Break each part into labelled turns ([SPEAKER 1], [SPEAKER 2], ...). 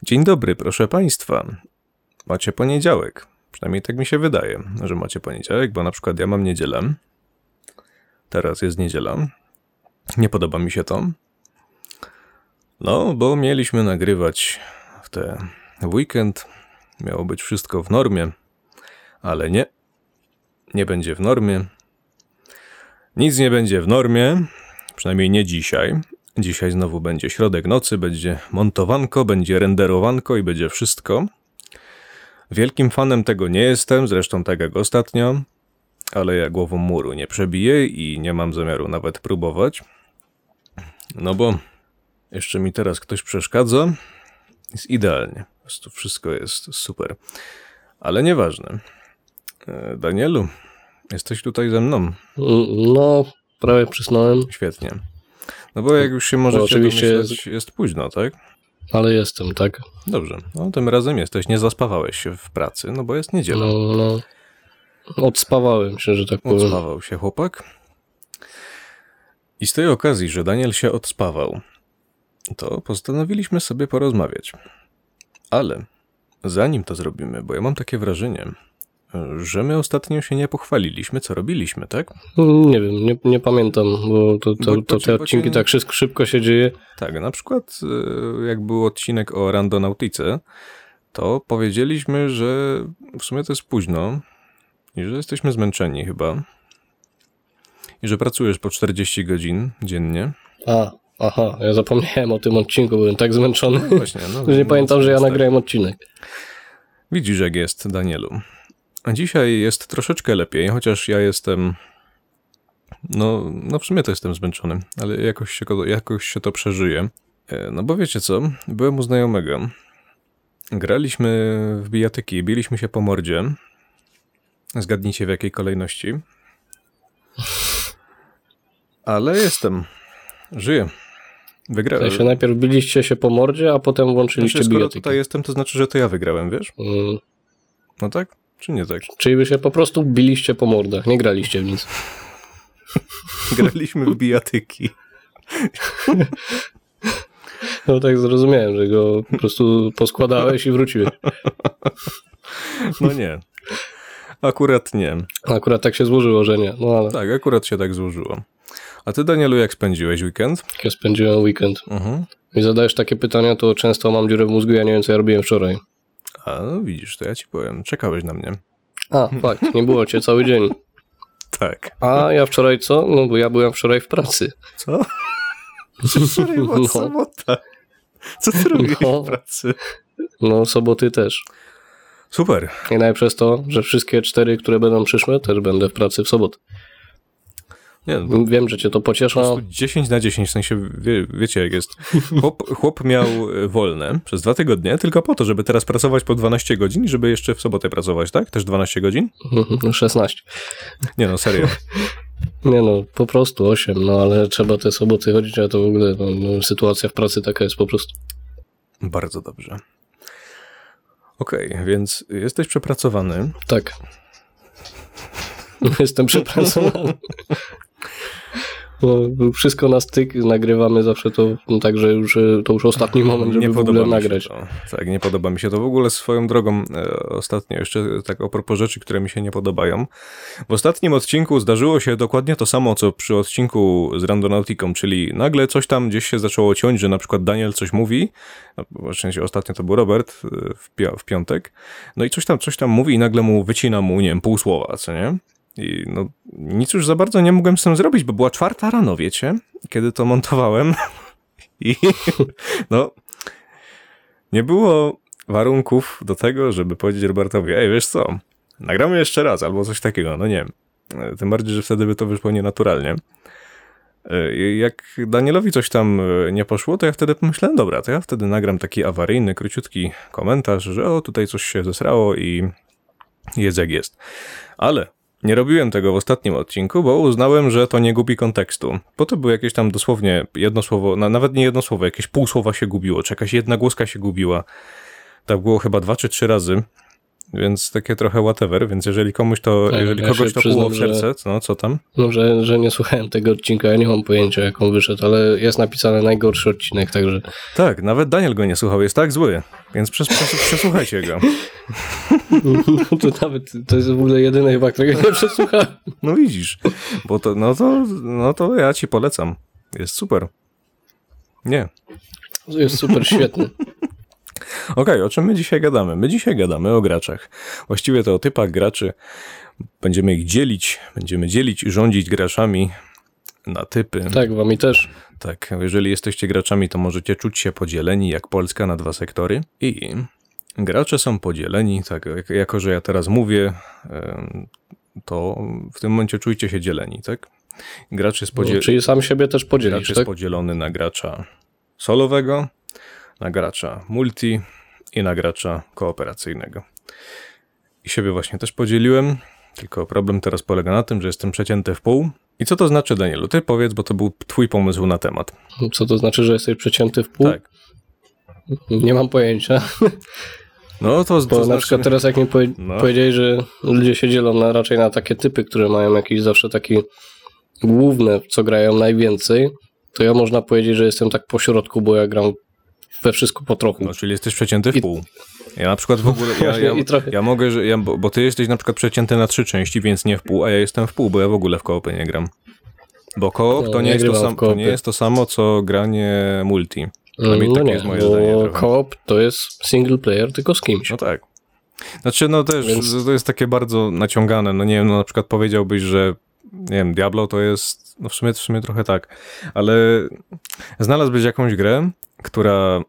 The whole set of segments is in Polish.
[SPEAKER 1] Dzień dobry, proszę Państwa. Macie poniedziałek. Przynajmniej tak mi się wydaje, że macie poniedziałek, bo na przykład ja mam niedzielę. Teraz jest niedziela. Nie podoba mi się to. No, bo mieliśmy nagrywać w weekend. Miało być wszystko w normie, ale nie. Nie będzie w normie. Nic nie będzie w normie, przynajmniej nie dzisiaj. Dzisiaj znowu będzie środek nocy, będzie montowanko, będzie renderowanko i będzie wszystko. Wielkim fanem tego nie jestem, zresztą tak jak ostatnio, ale ja głową muru nie przebiję i nie mam zamiaru nawet próbować. No bo jeszcze mi teraz ktoś przeszkadza. Jest idealnie, po prostu wszystko jest super. Ale nieważne. Danielu, jesteś tutaj ze mną?
[SPEAKER 2] No, prawie przysnąłem.
[SPEAKER 1] Świetnie. No bo jak już się możecie
[SPEAKER 2] oczywiście
[SPEAKER 1] domyśleć, jest późno, tak?
[SPEAKER 2] Ale jestem, tak?
[SPEAKER 1] Dobrze. No tym razem jesteś, nie zaspawałeś się w pracy, no bo jest niedziela.
[SPEAKER 2] No. Odspawałem się, że tak powiem.
[SPEAKER 1] Odspawał się chłopak. I z tej okazji, że Daniel się odspawał, to postanowiliśmy sobie porozmawiać. Ale zanim to zrobimy, bo ja mam takie wrażenie, że my ostatnio się nie pochwaliliśmy, co robiliśmy, tak?
[SPEAKER 2] Nie wiem, nie pamiętam, bo te odcinki tak szybko się dzieje.
[SPEAKER 1] Tak, na przykład jak był odcinek o randonautice, to powiedzieliśmy, że w sumie to jest późno i że jesteśmy zmęczeni chyba i że pracujesz po 40 godzin dziennie.
[SPEAKER 2] Aha, ja zapomniałem o tym odcinku, byłem tak zmęczony,
[SPEAKER 1] no właśnie,
[SPEAKER 2] że nie pamiętam, że ja nagrałem odcinek.
[SPEAKER 1] Widzisz, jak jest, Danielu. A dzisiaj jest troszeczkę lepiej, chociaż ja jestem... No w sumie to jestem zmęczony, ale jakoś się to przeżyje. No bo wiecie co, byłem u znajomego. Graliśmy w bijatyki, biliśmy się po mordzie. Zgadnijcie w jakiej kolejności. Ale żyję. Wygrałem.
[SPEAKER 2] W sensie najpierw biliście się po mordzie, a potem włączyliście bijatyki.
[SPEAKER 1] Skoro tutaj jestem, to znaczy, że to ja wygrałem, wiesz? No tak? Czy nie tak?
[SPEAKER 2] Czyli wy się po prostu biliście po mordach, nie graliście w nic.
[SPEAKER 1] Graliśmy w bijatyki.
[SPEAKER 2] No tak zrozumiałem, że go po prostu poskładałeś i wróciłeś.
[SPEAKER 1] No nie. Akurat nie.
[SPEAKER 2] Akurat tak się złożyło, że nie. No ale...
[SPEAKER 1] Tak, akurat się tak złożyło. A ty, Danielu, jak spędziłeś weekend?
[SPEAKER 2] Ja spędziłem weekend. I zadajesz takie pytania, to często mam dziurę w mózgu, ja nie wiem, co ja robiłem wczoraj.
[SPEAKER 1] A, no widzisz, to ja ci powiem. Czekałeś na mnie.
[SPEAKER 2] Fakt, nie było cię cały dzień.
[SPEAKER 1] Tak.
[SPEAKER 2] A ja wczoraj co? No bo ja byłem wczoraj w pracy.
[SPEAKER 1] Co? Wczoraj była sobota. Co ty robisz w pracy?
[SPEAKER 2] No, soboty też.
[SPEAKER 1] Super.
[SPEAKER 2] I najpierw to, że wszystkie 4, które będą przyszłe, też będę w pracy w sobotę.
[SPEAKER 1] Nie, no
[SPEAKER 2] wiem, że cię to pociesza.
[SPEAKER 1] 10/10, w sensie wiecie jak jest. Chłop miał wolne przez 2 tygodnie, tylko po to, żeby teraz pracować po 12 godzin i żeby jeszcze w sobotę pracować, tak? Też 12 godzin?
[SPEAKER 2] 16.
[SPEAKER 1] Nie no, serio.
[SPEAKER 2] Nie no, po prostu 8, no ale trzeba te soboty chodzić, a to w ogóle sytuacja w pracy taka jest po prostu.
[SPEAKER 1] Bardzo dobrze. Okej, więc jesteś przepracowany.
[SPEAKER 2] Tak. Jestem przepracowany. No, wszystko na styk, nagrywamy zawsze to tak, że to już ostatni moment, żeby w ogóle nagrać.
[SPEAKER 1] Tak, nie podoba mi się to. W ogóle swoją drogą ostatnio jeszcze tak a propos rzeczy, które mi się nie podobają. W ostatnim odcinku zdarzyło się dokładnie to samo, co przy odcinku z Randonautiką, czyli nagle coś tam gdzieś się zaczęło ciąć, że na przykład Daniel coś mówi, w sensie ostatnio to był Robert w piątek, no i coś tam mówi i nagle mu wycina mu, nie wiem, pół słowa, co nie? I no, nic już za bardzo nie mogłem z tym zrobić, bo była 4 rano, wiecie, kiedy to montowałem i no, nie było warunków do tego, żeby powiedzieć Robertowi, wiesz co, nagramy jeszcze raz, albo coś takiego, no nie wiem, tym bardziej, że wtedy by to wyszło nienaturalnie. Jak Danielowi coś tam nie poszło, to ja wtedy pomyślałem, dobra, to ja wtedy nagram taki awaryjny, króciutki komentarz, że tutaj coś się zesrało i jest jak jest. Ale nie robiłem tego w ostatnim odcinku, bo uznałem, że to nie gubi kontekstu. Bo to było jakieś tam dosłownie jedno słowo, nawet nie jedno słowo, jakieś pół słowa się gubiło, czy jakaś jedna głoska się gubiła. Tak było chyba 2 czy 3 razy, więc takie trochę whatever, więc jeżeli komuś to, tak, jeżeli kogoś to kłuło w serce, no co tam?
[SPEAKER 2] No, że nie słuchałem tego odcinka, ja nie mam pojęcia jak on wyszedł, ale jest napisany najgorszy odcinek, także...
[SPEAKER 1] Tak, nawet Daniel go nie słuchał, jest tak zły. Więc przesłuchajcie go.
[SPEAKER 2] No to nawet, to jest w ogóle jedyny chyba, którego nie przesłuchałem.
[SPEAKER 1] No widzisz, bo to, no to ja ci polecam. Jest super. Nie.
[SPEAKER 2] To jest super świetny.
[SPEAKER 1] Okej, o czym my dzisiaj gadamy? My dzisiaj gadamy o graczach. Właściwie to o typach graczy. Będziemy ich dzielić, i rządzić graczami na typy.
[SPEAKER 2] Tak, wami też.
[SPEAKER 1] Tak, jeżeli jesteście graczami, to możecie czuć się podzieleni jak Polska na 2 sektory. I gracze są podzieleni, tak, jako że ja teraz mówię, to w tym momencie czujcie się dzieleni, tak? Gracz jest
[SPEAKER 2] Czyli sam siebie też podzielisz,
[SPEAKER 1] gracz jest podzielony na gracza solowego, na gracza multi i na gracza kooperacyjnego. I siebie właśnie też podzieliłem, tylko problem teraz polega na tym, że jestem przecięty w pół. I co to znaczy, Danielu? Ty powiedz, bo to był twój pomysł na temat.
[SPEAKER 2] Co to znaczy, że jesteś przecięty w pół?
[SPEAKER 1] Tak.
[SPEAKER 2] Nie mam pojęcia.
[SPEAKER 1] No to
[SPEAKER 2] Bo na
[SPEAKER 1] znaczy...
[SPEAKER 2] przykład teraz jak mi powiedzieli, że ludzie się dzielą raczej na takie typy, które mają jakiś zawsze taki główne, co grają najwięcej, to ja można powiedzieć, że jestem tak po środku, bo ja gram we wszystko po trochu.
[SPEAKER 1] No, czyli jesteś przecięty w pół. Ja na przykład w ogóle, ja mogę, bo ty jesteś na przykład przecięty na 3 części, więc nie w pół, a ja jestem w pół, bo ja w ogóle w koopy nie gram. Bo koop to nie jest to samo, co granie multi.
[SPEAKER 2] No nie,
[SPEAKER 1] jest moje zdanie
[SPEAKER 2] bo
[SPEAKER 1] trochę.
[SPEAKER 2] koop to jest single player, tylko z kimś.
[SPEAKER 1] No tak. Znaczy, no też, to jest takie bardzo naciągane, no nie wiem, no na przykład powiedziałbyś, że nie wiem, Diablo to jest, no w sumie trochę tak, ale znalazłbyś jakąś grę, która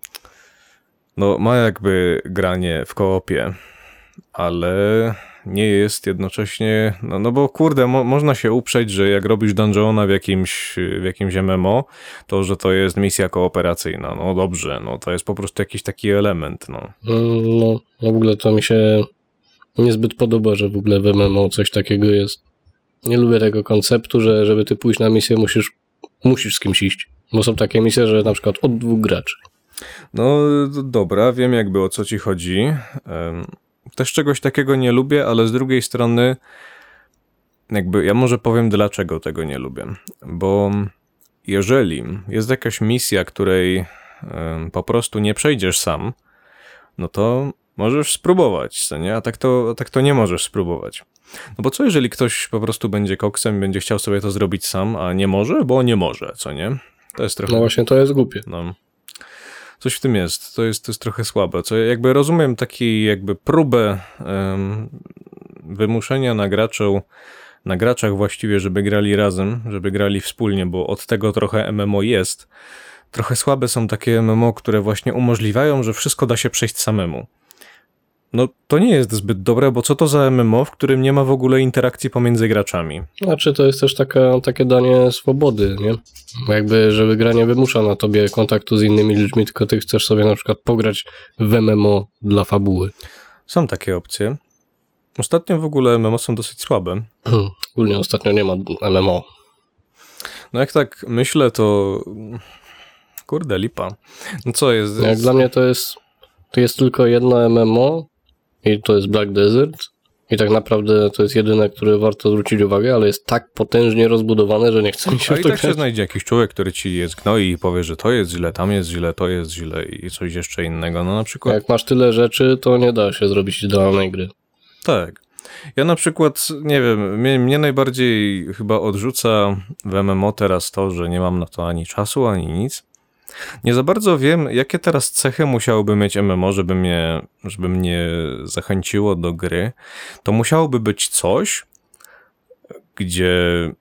[SPEAKER 1] no ma jakby granie w koopie, ale nie jest jednocześnie, no bo kurde, można się uprzeć, że jak robisz dungeona w jakimś MMO, to że to jest misja kooperacyjna, no dobrze, no to jest po prostu jakiś taki element, no.
[SPEAKER 2] No w ogóle to mi się niezbyt podoba, że w ogóle w MMO coś takiego jest. Nie lubię tego konceptu, że żeby ty pójść na misję, musisz z kimś iść, bo są takie misje, że na przykład od 2 graczy.
[SPEAKER 1] No dobra, wiem jakby o co ci chodzi. Też czegoś takiego nie lubię, ale z drugiej strony jakby ja może powiem dlaczego tego nie lubię. Bo jeżeli jest jakaś misja, której po prostu nie przejdziesz sam, no to możesz spróbować, co nie? A tak to nie możesz spróbować. No bo co jeżeli ktoś po prostu będzie koksem i będzie chciał sobie to zrobić sam, a nie może, bo nie może, co nie? To jest trochę...
[SPEAKER 2] No właśnie, to jest głupie.
[SPEAKER 1] No. Coś w tym jest. To jest trochę słabe. Co jakby rozumiem taki jakby próbę wymuszenia na graczach właściwie, żeby grali razem, żeby grali wspólnie, bo od tego trochę MMO jest. Trochę słabe są takie MMO, które właśnie umożliwiają, że wszystko da się przejść samemu. No to nie jest zbyt dobre, bo co to za MMO, w którym nie ma w ogóle interakcji pomiędzy graczami?
[SPEAKER 2] Znaczy to jest też takie danie swobody, nie? Jakby, żeby gra nie wymusza na tobie kontaktu z innymi ludźmi, tylko ty chcesz sobie na przykład pograć w MMO dla fabuły.
[SPEAKER 1] Są takie opcje. Ostatnio w ogóle MMO są dosyć słabe.
[SPEAKER 2] Ogólnie ostatnio nie ma MMO.
[SPEAKER 1] No jak tak myślę, to kurde lipa. No co jest?
[SPEAKER 2] Jak dla mnie to jest tylko jedno MMO i to jest Black Desert i tak naprawdę to jest jedyne, które warto zwrócić uwagę, ale jest tak potężnie rozbudowane, że nie chce mi się
[SPEAKER 1] A
[SPEAKER 2] w
[SPEAKER 1] i
[SPEAKER 2] to
[SPEAKER 1] tak się
[SPEAKER 2] grać.
[SPEAKER 1] znajdzie jakiś człowiek, który ci je zgnoi i powie, że to jest źle, tam jest źle, to jest źle i coś jeszcze innego. No na przykład...
[SPEAKER 2] Jak masz tyle rzeczy, to nie da się zrobić idealnej gry.
[SPEAKER 1] Tak. Ja na przykład, nie wiem, mnie najbardziej chyba odrzuca w MMO teraz to, że nie mam na to ani czasu, ani nic. Nie za bardzo wiem, jakie teraz cechy musiałoby mieć MMO, żeby mnie zachęciło do gry. To musiałoby być coś, gdzie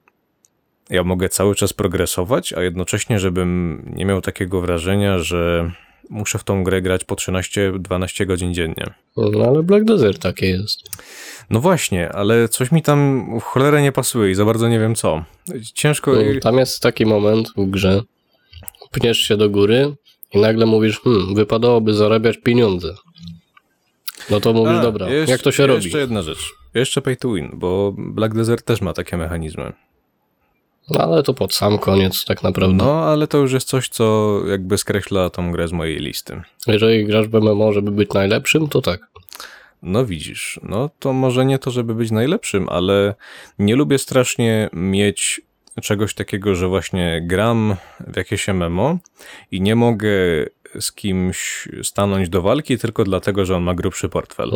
[SPEAKER 1] ja mogę cały czas progresować, a jednocześnie, żebym nie miał takiego wrażenia, że muszę w tą grę grać po 13-12 godzin dziennie.
[SPEAKER 2] No ale Black Desert takie jest.
[SPEAKER 1] No właśnie, ale coś mi tam w cholerę nie pasuje i za bardzo nie wiem co. Ciężko...
[SPEAKER 2] Tam jest taki moment w grze, pniesz się do góry i nagle mówisz, wypadałoby zarabiać pieniądze. No to mówisz, dobra, jak to się robi?
[SPEAKER 1] Jeszcze jedna rzecz. Jeszcze pay to win, bo Black Desert też ma takie mechanizmy.
[SPEAKER 2] No ale to pod sam koniec tak naprawdę.
[SPEAKER 1] No, ale to już jest coś, co jakby skreśla tą grę z mojej listy.
[SPEAKER 2] Jeżeli grasz w MMO, żeby być najlepszym, to tak.
[SPEAKER 1] No widzisz, no to może nie to, żeby być najlepszym, ale nie lubię strasznie mieć czegoś takiego, że właśnie gram w jakieś MMO i nie mogę z kimś stanąć do walki tylko dlatego, że on ma grubszy portfel.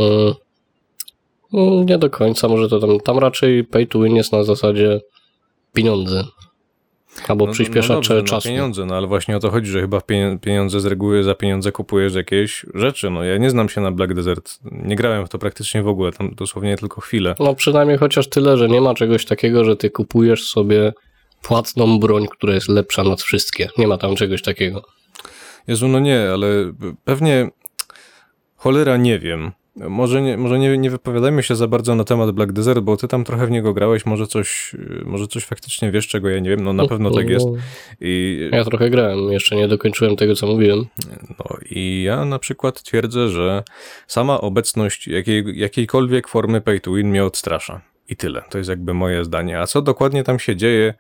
[SPEAKER 2] Nie do końca, może to tam raczej pay to win jest na zasadzie pieniądze. Albo przyspiesza czasu.
[SPEAKER 1] Pieniądze, ale właśnie o to chodzi, że chyba pieniądze z reguły za pieniądze kupujesz jakieś rzeczy. Ja nie znam się na Black Desert, nie grałem w to praktycznie w ogóle, tam dosłownie tylko chwilę.
[SPEAKER 2] Przynajmniej chociaż tyle, że nie ma czegoś takiego, że ty kupujesz sobie płatną broń, która jest lepsza nad wszystkie. Nie ma tam czegoś takiego.
[SPEAKER 1] Jezu, nie, ale pewnie cholera nie wiem. Może nie wypowiadajmy się za bardzo na temat Black Desert, bo ty tam trochę w niego grałeś, może coś faktycznie wiesz, czego ja nie wiem, na pewno tak jest.
[SPEAKER 2] Ja trochę grałem, jeszcze nie dokończyłem tego, co mówiłem.
[SPEAKER 1] I ja na przykład twierdzę, że sama obecność jakiejkolwiek formy pay to win mnie odstrasza. I tyle, to jest jakby moje zdanie. A co dokładnie tam się dzieje,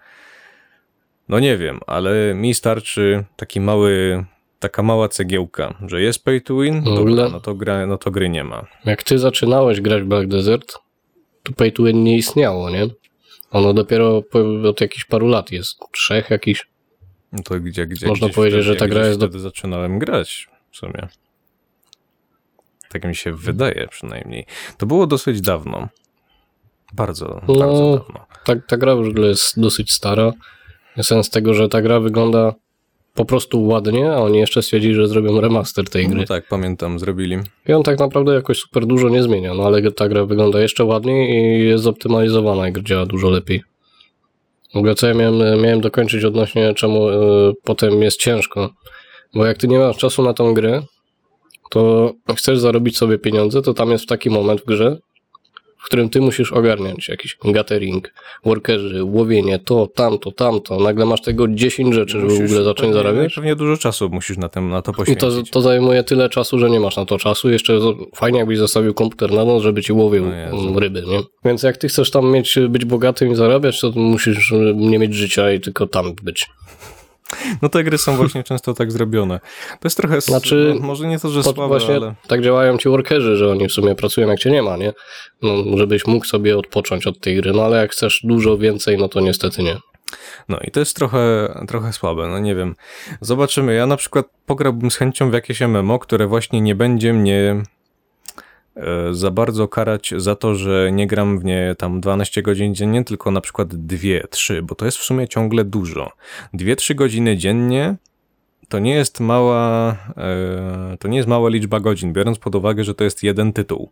[SPEAKER 1] nie wiem, ale mi starczy taka mała cegiełka, że jest pay to win, to gry nie ma.
[SPEAKER 2] Jak ty zaczynałeś grać w Black Desert, to pay to win nie istniało, nie? Ono dopiero od jakichś paru lat jest. 3 jakichś.
[SPEAKER 1] To gdzie
[SPEAKER 2] można powiedzieć, że ta gra jest...
[SPEAKER 1] Wtedy zaczynałem grać w sumie. Tak mi się wydaje przynajmniej. To było dosyć dawno. Bardzo dawno.
[SPEAKER 2] Ta gra w ogóle jest dosyć stara. Sens tego, że ta gra wygląda po prostu ładnie, a oni jeszcze stwierdzili, że zrobią remaster tej gry.
[SPEAKER 1] Tak, pamiętam, zrobili.
[SPEAKER 2] I on tak naprawdę jakoś super dużo nie zmienia, ale ta gra wygląda jeszcze ładniej i jest zoptymalizowana i działa dużo lepiej. W ogóle co ja miałem dokończyć odnośnie czemu potem jest ciężko, bo jak ty nie masz czasu na tą grę, to chcesz zarobić sobie pieniądze, to tam jest taki moment w grze, w którym ty musisz ogarniać jakiś gathering, workerzy, łowienie, to, tamto. Nagle masz tego 10 rzeczy, żeby w ogóle zacząć zarabiać.
[SPEAKER 1] Pewnie dużo czasu musisz na to poświęcić.
[SPEAKER 2] I to zajmuje tyle czasu, że nie masz na to czasu. Jeszcze fajnie jakbyś zostawił komputer na noc, żeby ci łowił ryby, nie? Więc jak ty chcesz tam być bogatym i zarabiać, to musisz nie mieć życia i tylko tam być.
[SPEAKER 1] Te gry są właśnie często tak zrobione. To jest trochę... może nie to, że słabe,
[SPEAKER 2] właśnie ale... Tak działają ci workerzy, że oni w sumie pracują jak cię nie ma, nie? Żebyś mógł sobie odpocząć od tej gry. Ale jak chcesz dużo więcej, to niestety nie.
[SPEAKER 1] I to jest trochę słabe, nie wiem. Zobaczymy. Ja na przykład pograłbym z chęcią w jakieś MMO, które właśnie nie będzie mnie za bardzo karać za to, że nie gram w nie tam 12 godzin dziennie, tylko na przykład 2-3, bo to jest w sumie ciągle dużo. 2-3 godziny dziennie to nie jest mała liczba godzin, biorąc pod uwagę, że to jest jeden tytuł.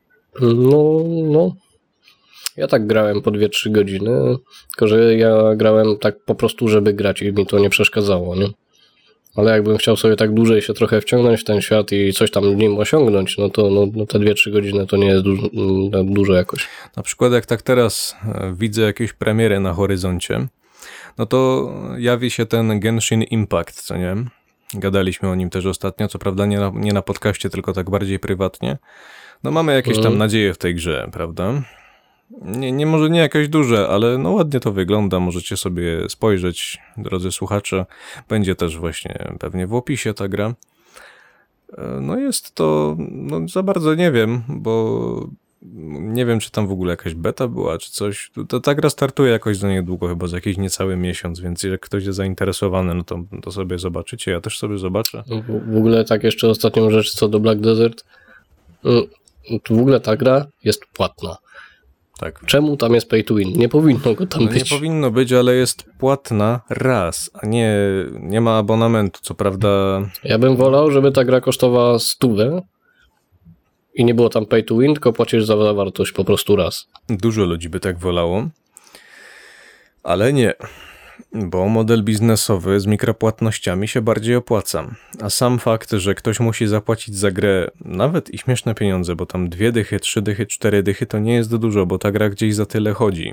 [SPEAKER 2] Ja tak grałem po 2-3 godziny, tylko że ja grałem tak po prostu, żeby grać i mi to nie przeszkadzało, nie? Ale jakbym chciał sobie tak dłużej się trochę wciągnąć w ten świat i coś tam w nim osiągnąć, to te 2-3 godziny to nie jest dużo jakoś.
[SPEAKER 1] Na przykład jak tak teraz widzę jakieś premiery na horyzoncie, to jawi się ten Genshin Impact, co nie? Gadaliśmy o nim też ostatnio, co prawda nie na podcaście, tylko tak bardziej prywatnie. Mamy jakieś tam nadzieje w tej grze, prawda? Może nie jakieś duże, ale ładnie to wygląda, możecie sobie spojrzeć, drodzy słuchacze. Będzie też właśnie pewnie w opisie ta gra. Jest to, za bardzo nie wiem, bo nie wiem, czy tam w ogóle jakaś beta była, czy coś. Ta gra startuje jakoś za niedługo, chyba za jakiś niecały miesiąc, więc jak ktoś jest zainteresowany, to sobie zobaczycie, ja też sobie zobaczę.
[SPEAKER 2] W ogóle tak jeszcze ostatnią rzecz co do Black Desert. W ogóle ta gra jest płatna.
[SPEAKER 1] Tak.
[SPEAKER 2] Czemu tam jest pay to win? Nie powinno go tam być.
[SPEAKER 1] Nie powinno być, ale jest płatna raz, a nie ma abonamentu, co prawda.
[SPEAKER 2] Ja bym wolał, żeby ta gra kosztowała 100 i nie było tam pay to win, tylko płacisz za zawartość po prostu raz.
[SPEAKER 1] Dużo ludzi by tak wolało, ale nie, bo model biznesowy z mikropłatnościami się bardziej opłaca. A sam fakt, że ktoś musi zapłacić za grę nawet i śmieszne pieniądze, bo tam 2 dychy, 3 dychy, 4 dychy to nie jest dużo, bo ta gra gdzieś za tyle chodzi.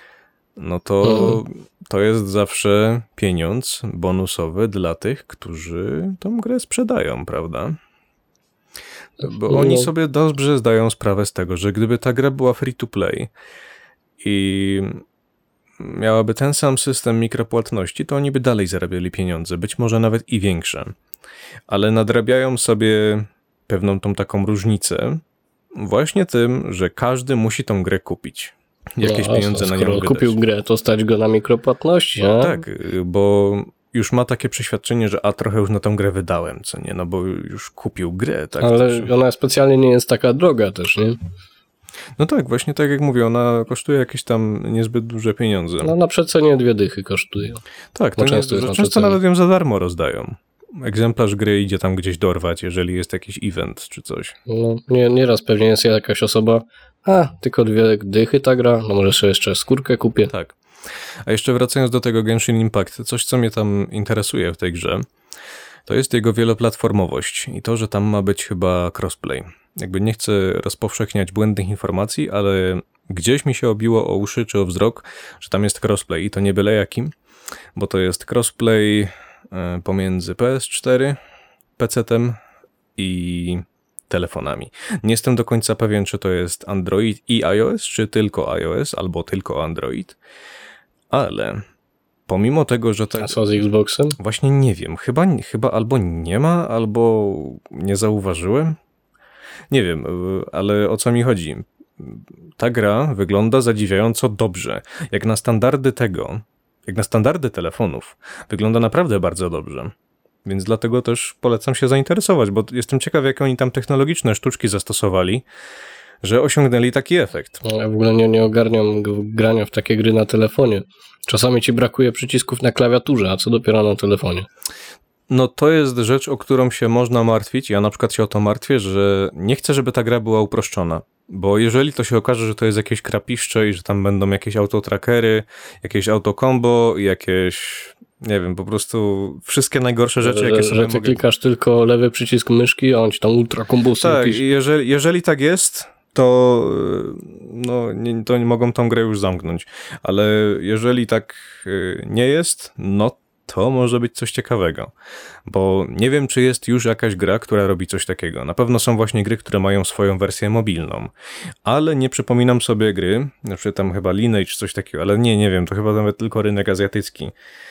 [SPEAKER 1] To jest zawsze pieniądz bonusowy dla tych, którzy tą grę sprzedają, prawda? Bo oni sobie dobrze zdają sprawę z tego, że gdyby ta gra była free to play i miałaby ten sam system mikropłatności, to oni by dalej zarabiali pieniądze, być może nawet i większe. Ale nadrabiają sobie pewną tą taką różnicę właśnie tym, że każdy musi tą grę kupić. Jakieś pieniądze na nią wydać.
[SPEAKER 2] Kupił grę, to stać go na mikropłatności.
[SPEAKER 1] Tak, bo już ma takie przeświadczenie, że trochę już na tą grę wydałem, co nie, no bo już kupił grę, tak?
[SPEAKER 2] Ale ona specjalnie nie jest taka droga też, nie?
[SPEAKER 1] No tak, właśnie tak jak mówię, ona kosztuje jakieś tam niezbyt duże pieniądze.
[SPEAKER 2] No na przecenie 2 dychy kosztuje.
[SPEAKER 1] Tak,
[SPEAKER 2] no
[SPEAKER 1] to
[SPEAKER 2] często jest
[SPEAKER 1] że
[SPEAKER 2] na
[SPEAKER 1] często
[SPEAKER 2] przecenie.
[SPEAKER 1] nawet ją za darmo rozdają. Egzemplarz gry idzie tam gdzieś dorwać, jeżeli jest jakiś event czy coś.
[SPEAKER 2] No, nieraz pewnie jest jakaś osoba, tylko 2 dychy ta gra, no może sobie jeszcze skórkę kupię.
[SPEAKER 1] Tak. A jeszcze wracając do tego Genshin Impact, coś co mnie tam interesuje w tej grze, to jest jego wieloplatformowość i to, że tam ma być chyba crossplay. Jakby nie chcę rozpowszechniać błędnych informacji, ale gdzieś mi się obiło o uszy czy o wzrok, że tam jest crossplay i to nie byle jakim, bo to jest crossplay pomiędzy PS4, PC-tem i telefonami. Nie jestem do końca pewien, czy to jest Android i iOS, czy tylko iOS, albo tylko Android, ale pomimo tego, że
[SPEAKER 2] A co z Xboxem?
[SPEAKER 1] Właśnie nie wiem. Chyba albo nie ma, albo nie zauważyłem. Nie wiem, ale o co mi chodzi? Ta gra wygląda zadziwiająco dobrze. Jak na standardy telefonów, wygląda naprawdę bardzo dobrze. Więc dlatego też polecam się zainteresować, bo jestem ciekaw, jakie oni tam technologiczne sztuczki zastosowali, że osiągnęli taki efekt.
[SPEAKER 2] Ja w ogóle nie ogarniam grania w takie gry na telefonie. Czasami ci brakuje przycisków na klawiaturze, a co dopiero na telefonie.
[SPEAKER 1] No to jest rzecz, o którą się można martwić. Ja na przykład się o to martwię, że nie chcę, żeby ta gra była uproszczona. Bo jeżeli to się okaże, że to jest jakieś krapiszcze i że tam będą jakieś autotrackery, jakieś autocombo, jakieś, nie wiem, po prostu wszystkie najgorsze rzeczy, jakie sobie
[SPEAKER 2] że ty klikasz tylko lewy przycisk myszki, a on ci tam ultra kombosy.
[SPEAKER 1] Tak, jeżeli tak jest, to to nie mogą tą grę już zamknąć. Ale jeżeli tak nie jest, no to może być coś ciekawego. Bo nie wiem, czy jest już jakaś gra, która robi coś takiego. Na pewno są właśnie gry, które mają swoją wersję mobilną. Ale nie przypominam sobie gry, na przykład tam chyba Lineage czy coś takiego, ale nie wiem, to chyba nawet tylko rynek azjatycki.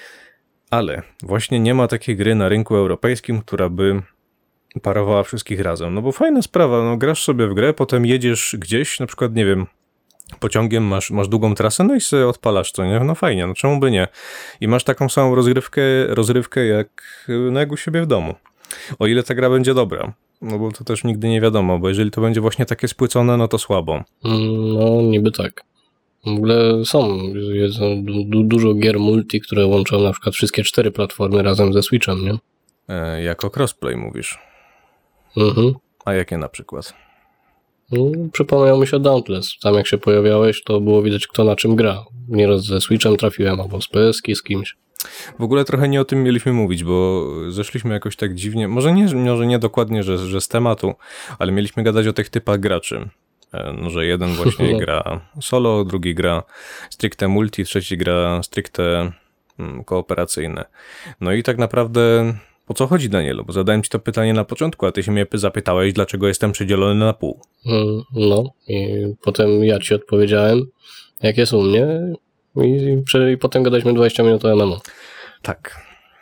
[SPEAKER 1] Ale właśnie nie ma takiej gry na rynku europejskim, która by parowała wszystkich razem. No bo fajna sprawa, no grasz sobie w grę, potem jedziesz gdzieś, na przykład, nie wiem, pociągiem, masz długą trasę, no i sobie odpalasz, co nie? No fajnie, no czemu by nie? I masz taką samą rozrywkę jak u siebie w domu. O ile ta gra będzie dobra. No bo to też nigdy nie wiadomo, bo jeżeli to będzie właśnie takie spłycone, no to słabo.
[SPEAKER 2] No niby tak. W ogóle jest dużo gier multi, które łączą na przykład wszystkie 4 platformy razem ze Switchem, nie?
[SPEAKER 1] Jako crossplay mówisz.
[SPEAKER 2] Mhm.
[SPEAKER 1] A jakie na przykład?
[SPEAKER 2] Przypomniał mi się Dauntless. Tam jak się pojawiałeś, to było widać kto na czym gra. Nieraz ze Switchem trafiłem, albo z PS-ki z kimś.
[SPEAKER 1] W ogóle trochę nie o tym mieliśmy mówić, bo zeszliśmy jakoś tak dziwnie, może nie dokładnie, że z tematu, ale mieliśmy gadać o tych typach graczy. No, że jeden właśnie gra solo, drugi gra stricte multi, trzeci gra stricte kooperacyjne. No i tak naprawdę o co chodzi, Danielu? Bo zadałem ci to pytanie na początku, a ty się mnie zapytałeś, dlaczego jestem przydzielony na pół.
[SPEAKER 2] No i potem ja ci odpowiedziałem, jak jest u mnie i potem gadaliśmy 20 minut o MMO.
[SPEAKER 1] Tak.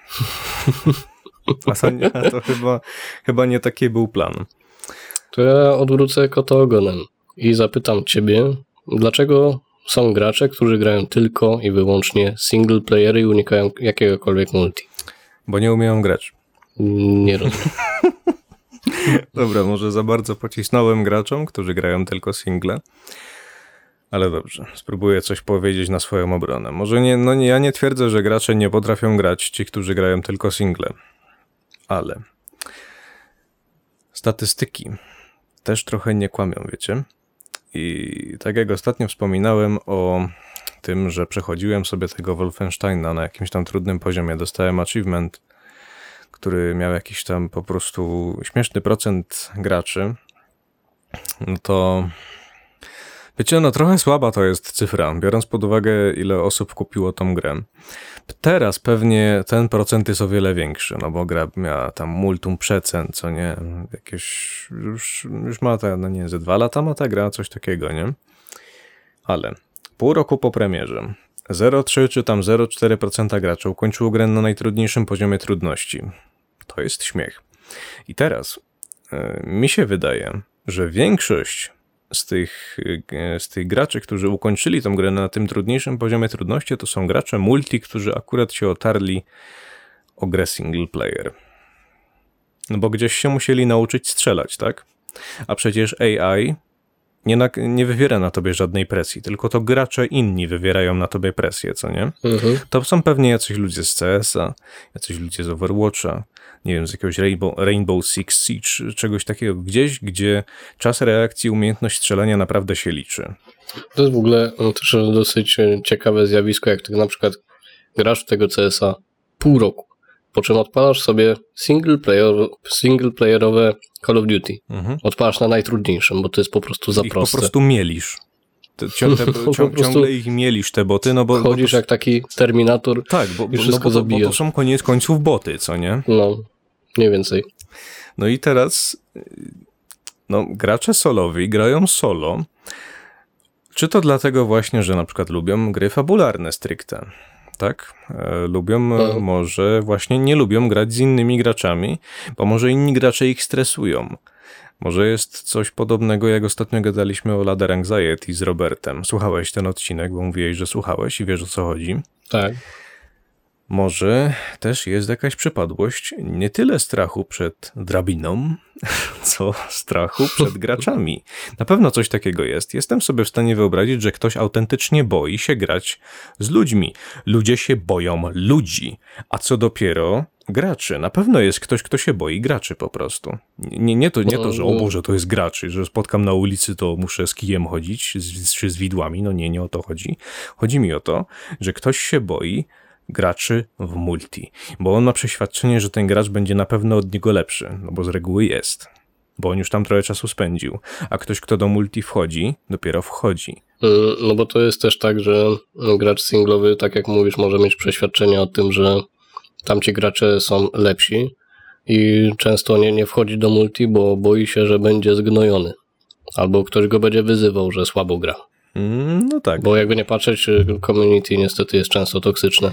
[SPEAKER 1] A to chyba nie taki był plan.
[SPEAKER 2] To ja odwrócę kota ogonem i zapytam ciebie, dlaczego są gracze, którzy grają tylko i wyłącznie single playery i unikają jakiegokolwiek multi?
[SPEAKER 1] Bo nie umieją grać.
[SPEAKER 2] Nie rozumiem.
[SPEAKER 1] Dobra, może za bardzo pocisnąłem graczom, którzy grają tylko single. Ale dobrze, spróbuję coś powiedzieć na swoją obronę. Może ja nie twierdzę, że gracze nie potrafią grać, ci, którzy grają tylko single. Ale statystyki też trochę nie kłamią, wiecie? I tak jak ostatnio wspominałem o tym, że przechodziłem sobie tego Wolfensteina na jakimś tam trudnym poziomie, dostałem achievement, który miał jakiś tam po prostu śmieszny procent graczy, no to wiecie, no trochę słaba to jest cyfra, biorąc pod uwagę, ile osób kupiło tą grę. Teraz pewnie ten procent jest o wiele większy, no bo gra miała tam multum przecen, co nie, jakieś, już ma ta, no nie, ze 2 lata ma ta gra, coś takiego, nie? Ale pół roku po premierze 0,3 czy tam 0,4% graczy ukończyło grę na najtrudniejszym poziomie trudności. To jest śmiech. I teraz mi się wydaje, że większość z tych graczy, którzy ukończyli tą grę na tym trudniejszym poziomie trudności, to są gracze multi, którzy akurat się otarli o grę single player. No bo gdzieś się musieli nauczyć strzelać, tak? A przecież AI nie wywiera na tobie żadnej presji, tylko to gracze inni wywierają na tobie presję, co nie? To są pewnie jacyś ludzie z CS-a, jacyś ludzie z Overwatcha, nie wiem, z jakiegoś Rainbow Six Siege, czegoś takiego, gdzieś, gdzie czas reakcji, umiejętność strzelania naprawdę się liczy.
[SPEAKER 2] To jest w ogóle też dosyć ciekawe zjawisko, jak ty na przykład grasz w tego CS-a pół roku, po czym odpalasz sobie singleplayerowe Call of Duty. Odpalasz na najtrudniejszym, bo to jest po prostu za proste.
[SPEAKER 1] Po prostu mielisz. Ciągle ich mielisz, te boty, no bo...
[SPEAKER 2] Chodzisz jak taki Terminator i wszystko zabijasz.
[SPEAKER 1] Bo to są koniec końców boty, co nie?
[SPEAKER 2] No, mniej więcej.
[SPEAKER 1] No i teraz gracze solowi grają solo. Czy to dlatego właśnie, że na przykład lubią gry fabularne stricte? Tak? Lubią, może właśnie nie lubią grać z innymi graczami, bo może inni gracze ich stresują. Może jest coś podobnego, jak ostatnio gadaliśmy o Ladder Anxiety z Robertem. Słuchałeś ten odcinek, bo mówiłeś, że słuchałeś i wiesz, o co chodzi.
[SPEAKER 2] Tak.
[SPEAKER 1] Może też jest jakaś przypadłość nie tyle strachu przed drabiną, co strachu przed graczami. Na pewno coś takiego jest. Jestem sobie w stanie wyobrazić, że ktoś autentycznie boi się grać z ludźmi. Ludzie się boją ludzi, a co dopiero graczy. Na pewno jest ktoś, kto się boi graczy po prostu. Nie to, że o Boże, to jest graczy, że spotkam na ulicy, to muszę z kijem chodzić, czy z widłami. No nie o to chodzi. Chodzi mi o to, że ktoś się boi graczy w multi, bo on ma przeświadczenie, że ten gracz będzie na pewno od niego lepszy, no bo z reguły jest, bo on już tam trochę czasu spędził, a ktoś, kto do multi wchodzi, dopiero wchodzi.
[SPEAKER 2] No bo to jest też tak, że gracz singlowy, tak jak mówisz, może mieć przeświadczenie o tym, że tamci gracze są lepsi i często nie wchodzi do multi, bo boi się, że będzie zgnojony, albo ktoś go będzie wyzywał, że słabo gra.
[SPEAKER 1] No tak.
[SPEAKER 2] Bo jakby nie patrzeć, community niestety jest często toksyczne.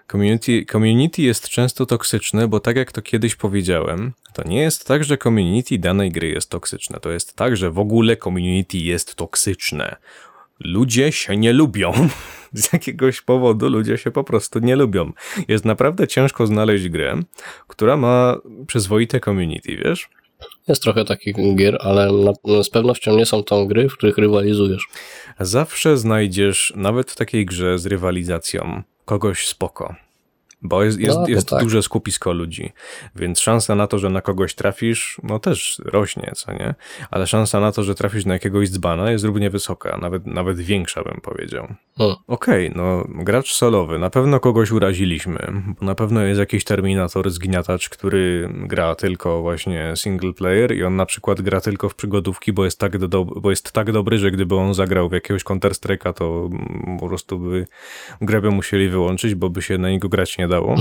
[SPEAKER 1] Community jest często toksyczne, bo tak jak to kiedyś powiedziałem, to nie jest tak, że community danej gry jest toksyczne. To jest tak, że w ogóle community jest toksyczne. Ludzie się nie lubią. Z jakiegoś powodu ludzie się po prostu nie lubią. Jest naprawdę ciężko znaleźć grę, która ma przyzwoite community, wiesz?
[SPEAKER 2] Jest trochę takich gier, ale z pewnością nie są to gry, w których rywalizujesz.
[SPEAKER 1] Zawsze znajdziesz, nawet w takiej grze z rywalizacją, kogoś spoko. Bo jest
[SPEAKER 2] tak.
[SPEAKER 1] duże skupisko ludzi, więc szansa na to, że na kogoś trafisz, no też rośnie, co nie? Ale szansa na to, że trafisz na jakiegoś dzbana jest równie wysoka, nawet większa bym powiedział. Okej, gracz solowy, na pewno kogoś uraziliśmy, bo na pewno jest jakiś terminator, zgniatacz, który gra tylko właśnie single player i on na przykład gra tylko w przygodówki, bo jest tak dobry, że gdyby on zagrał w jakiegoś Counter-Strike'a, to po prostu grę by musieli wyłączyć, bo by się na niego grać nie dało.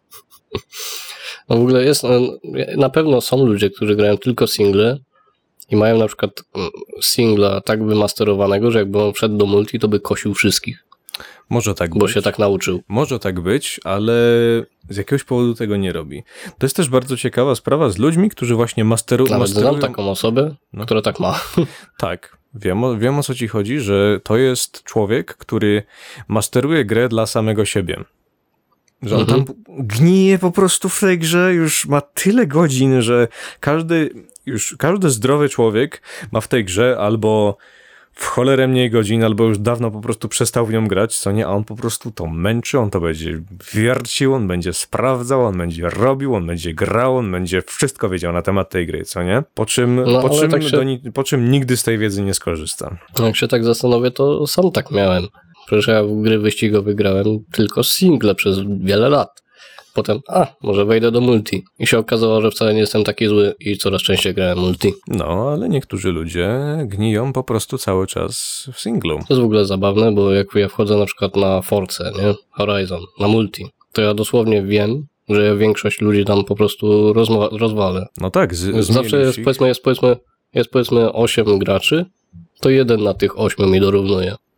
[SPEAKER 2] No w ogóle na pewno są ludzie, którzy grają tylko single i mają na przykład singla tak wymasterowanego, że jakby on wszedł do multi, to by kosił wszystkich.
[SPEAKER 1] Może tak być.
[SPEAKER 2] Bo się tak nauczył.
[SPEAKER 1] Może tak być, ale z jakiegoś powodu tego nie robi. To jest też bardzo ciekawa sprawa z ludźmi, którzy właśnie masterują...
[SPEAKER 2] Nawet znam taką osobę, która tak ma.
[SPEAKER 1] Tak. Wiem o co ci chodzi, że to jest człowiek, który masteruje grę dla samego siebie. Że on tam gnije po prostu w tej grze, już ma tyle godzin, że każdy zdrowy człowiek ma w tej grze albo w cholerę mniej godzin, albo już dawno po prostu przestał w nią grać, co nie, a on po prostu to męczy, on to będzie wiercił, on będzie sprawdzał, on będzie robił, on będzie grał, on będzie wszystko wiedział na temat tej gry, co nie? Po czym nigdy z tej wiedzy nie skorzysta.
[SPEAKER 2] Jak się tak zastanowię, to sam tak miałem. Przecież ja w gry wyścigowe grałem tylko single przez wiele lat. Potem, może wejdę do multi. I się okazało, że wcale nie jestem taki zły i coraz częściej grałem multi.
[SPEAKER 1] No, ale niektórzy ludzie gniją po prostu cały czas w singlu.
[SPEAKER 2] To jest w ogóle zabawne, bo jak ja wchodzę na przykład na Force, nie? Horizon, na multi, to ja dosłownie wiem, że ja większość ludzi tam po prostu rozwalę.
[SPEAKER 1] No tak,
[SPEAKER 2] zawsze jest powiedzmy 8 graczy, to jeden na tych 8 mi dorównuje.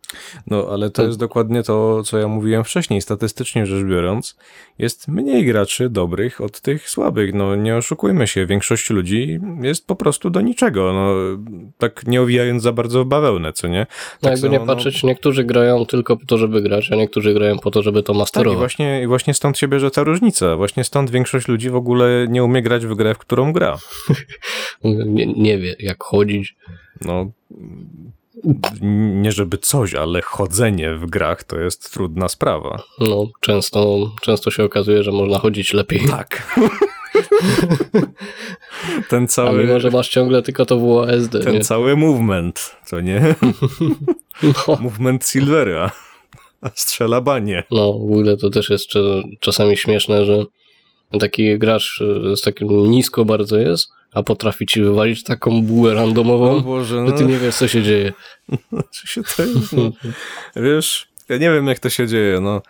[SPEAKER 1] No, ale to jest dokładnie to, co ja mówiłem wcześniej. Statystycznie rzecz biorąc, jest mniej graczy dobrych od tych słabych. No, nie oszukujmy się, większość ludzi jest po prostu do niczego. No, tak nie owijając za bardzo w bawełnę, co nie?
[SPEAKER 2] No
[SPEAKER 1] Tak
[SPEAKER 2] jakby nie patrzeć, niektórzy grają tylko po to, żeby grać, a niektórzy grają po to, żeby to
[SPEAKER 1] Tak,
[SPEAKER 2] masterować.
[SPEAKER 1] i właśnie stąd się bierze ta różnica. Właśnie stąd większość ludzi w ogóle nie umie grać w grę, w którą gra.
[SPEAKER 2] Nie wie, jak chodzić.
[SPEAKER 1] No, nie żeby coś, ale chodzenie w grach to jest trudna sprawa.
[SPEAKER 2] No, często się okazuje, że można chodzić lepiej.
[SPEAKER 1] Tak. Ten
[SPEAKER 2] A
[SPEAKER 1] cały,
[SPEAKER 2] mimo, że masz ciągle tylko to WASD,
[SPEAKER 1] ten
[SPEAKER 2] nie?
[SPEAKER 1] cały movement, co nie?
[SPEAKER 2] No,
[SPEAKER 1] Movement Silvera. Strzela banie.
[SPEAKER 2] no, w ogóle to też jest czasami śmieszne, że taki gracz z takim nisko bardzo jest, a potrafi ci wywalić taką bułę randomową,
[SPEAKER 1] O Boże,
[SPEAKER 2] że ty nie wiesz, co się dzieje.
[SPEAKER 1] co się to jest, no. Wiesz, ja nie wiem, jak to się dzieje, no.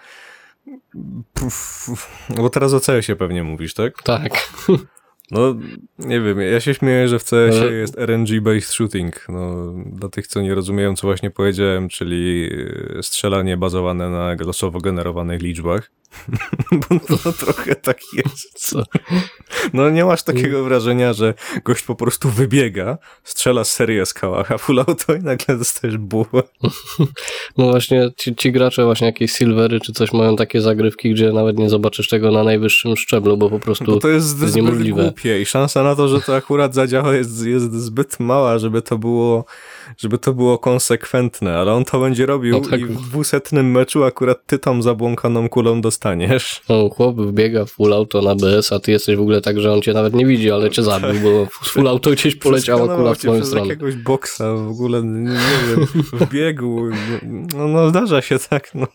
[SPEAKER 1] Bo teraz o CS-ie pewnie mówisz, tak?
[SPEAKER 2] Tak.
[SPEAKER 1] No, nie wiem, ja się śmieję, że w CS-ie jest RNG-based shooting. No, dla tych, co nie rozumieją, co właśnie powiedziałem, czyli strzelanie bazowane na losowo generowanych liczbach. Bo no, trochę tak jest.
[SPEAKER 2] Co?
[SPEAKER 1] No, nie masz takiego wrażenia, że gość po prostu wybiega, strzela serię z kałacha, full auto i nagle dostajesz bułę.
[SPEAKER 2] No właśnie ci gracze właśnie jakieś silvery czy coś mają takie zagrywki, gdzie nawet nie zobaczysz tego na najwyższym szczeblu, bo po prostu
[SPEAKER 1] Bo to jest zbyt
[SPEAKER 2] niemożliwe.
[SPEAKER 1] głupie i szansa na to, że to akurat zadziała jest zbyt mała, żeby to było konsekwentne, ale on to będzie robił
[SPEAKER 2] No tak.
[SPEAKER 1] i w 200 meczu akurat ty tą zabłąkaną kulą dostaniesz.
[SPEAKER 2] No, chłop wbiega w full auto na BS, a ty jesteś w ogóle tak, że on cię nawet nie widzi, ale cię zabił, bo z full auto gdzieś poleciała kula w twoją
[SPEAKER 1] przez
[SPEAKER 2] stronę.
[SPEAKER 1] jakiegoś boksa w ogóle, nie wiem, wbiegł. No zdarza się tak, no.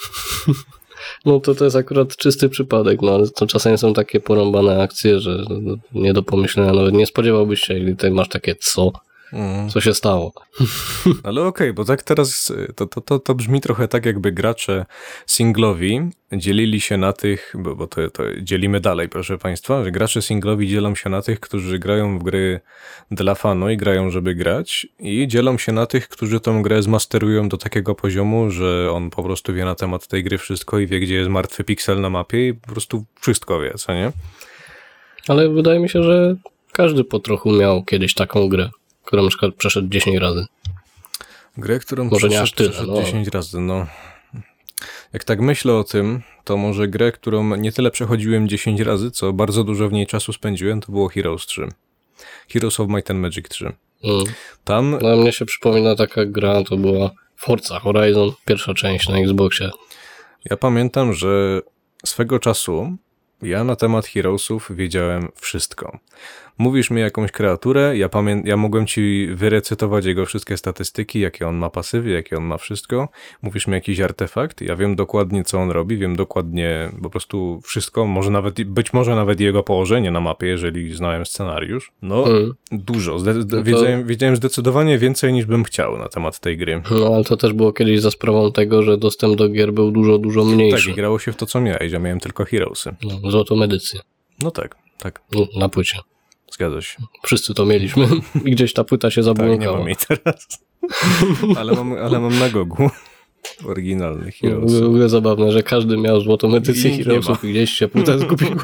[SPEAKER 2] No to jest akurat czysty przypadek, no ale to czasami są takie porąbane akcje, że nie do pomyślenia, nawet nie spodziewałbyś się, gdy tutaj masz takie co się stało.
[SPEAKER 1] Ale okej, bo tak teraz to brzmi trochę tak, jakby gracze singlowi dzielili się na tych, bo to dzielimy dalej, proszę państwa, że gracze singlowi dzielą się na tych, którzy grają w gry dla fanu i grają, żeby grać, i dzielą się na tych, którzy tą grę zmasterują do takiego poziomu, że on po prostu wie na temat tej gry wszystko i wie, gdzie jest martwy piksel na mapie i po prostu wszystko wie, co nie?
[SPEAKER 2] Ale wydaje mi się, że każdy po trochu miał kiedyś taką grę, którą na przykład przeszedł 10 razy.
[SPEAKER 1] Grę, którą
[SPEAKER 2] Może nie aż tyle,
[SPEAKER 1] przeszedł
[SPEAKER 2] no.
[SPEAKER 1] 10 razy, no. Jak tak myślę o tym, to może grę, którą nie tyle przechodziłem 10 razy, co bardzo dużo w niej czasu spędziłem, to było Heroes 3. Heroes of Might and Magic 3. Tam...
[SPEAKER 2] No mnie się przypomina taka gra, to była Forza Horizon, pierwsza część na Xboxie.
[SPEAKER 1] Ja pamiętam, że swego czasu ja na temat Heroesów wiedziałem wszystko. Mówisz mi jakąś kreaturę, ja mogłem ci wyrecytować jego wszystkie statystyki, jakie on ma pasywy, jakie on ma wszystko. Mówisz mi jakiś artefakt, ja wiem dokładnie, co on robi, wiem dokładnie po prostu wszystko, być może nawet jego położenie na mapie, jeżeli znałem scenariusz. No, dużo. Wiedziałem zdecydowanie więcej, niż bym chciał na temat tej gry.
[SPEAKER 2] No ale to też było kiedyś za sprawą tego, że dostęp do gier był dużo mniejszy.
[SPEAKER 1] Tak, i grało się w to, co miałeś, ja miałem tylko Heroesy.
[SPEAKER 2] No, złotą edycję.
[SPEAKER 1] No tak.
[SPEAKER 2] No, na płycie.
[SPEAKER 1] Zgadza się.
[SPEAKER 2] Wszyscy to mieliśmy i gdzieś ta płyta się
[SPEAKER 1] Tak, nie
[SPEAKER 2] zabłąkała.
[SPEAKER 1] mam jej teraz. ale mam na Gogu oryginalny Heroes.
[SPEAKER 2] W ogóle zabawne, że każdy miał złotą edycję
[SPEAKER 1] I nie
[SPEAKER 2] Heroesów i gdzieś się płyta zgubiła.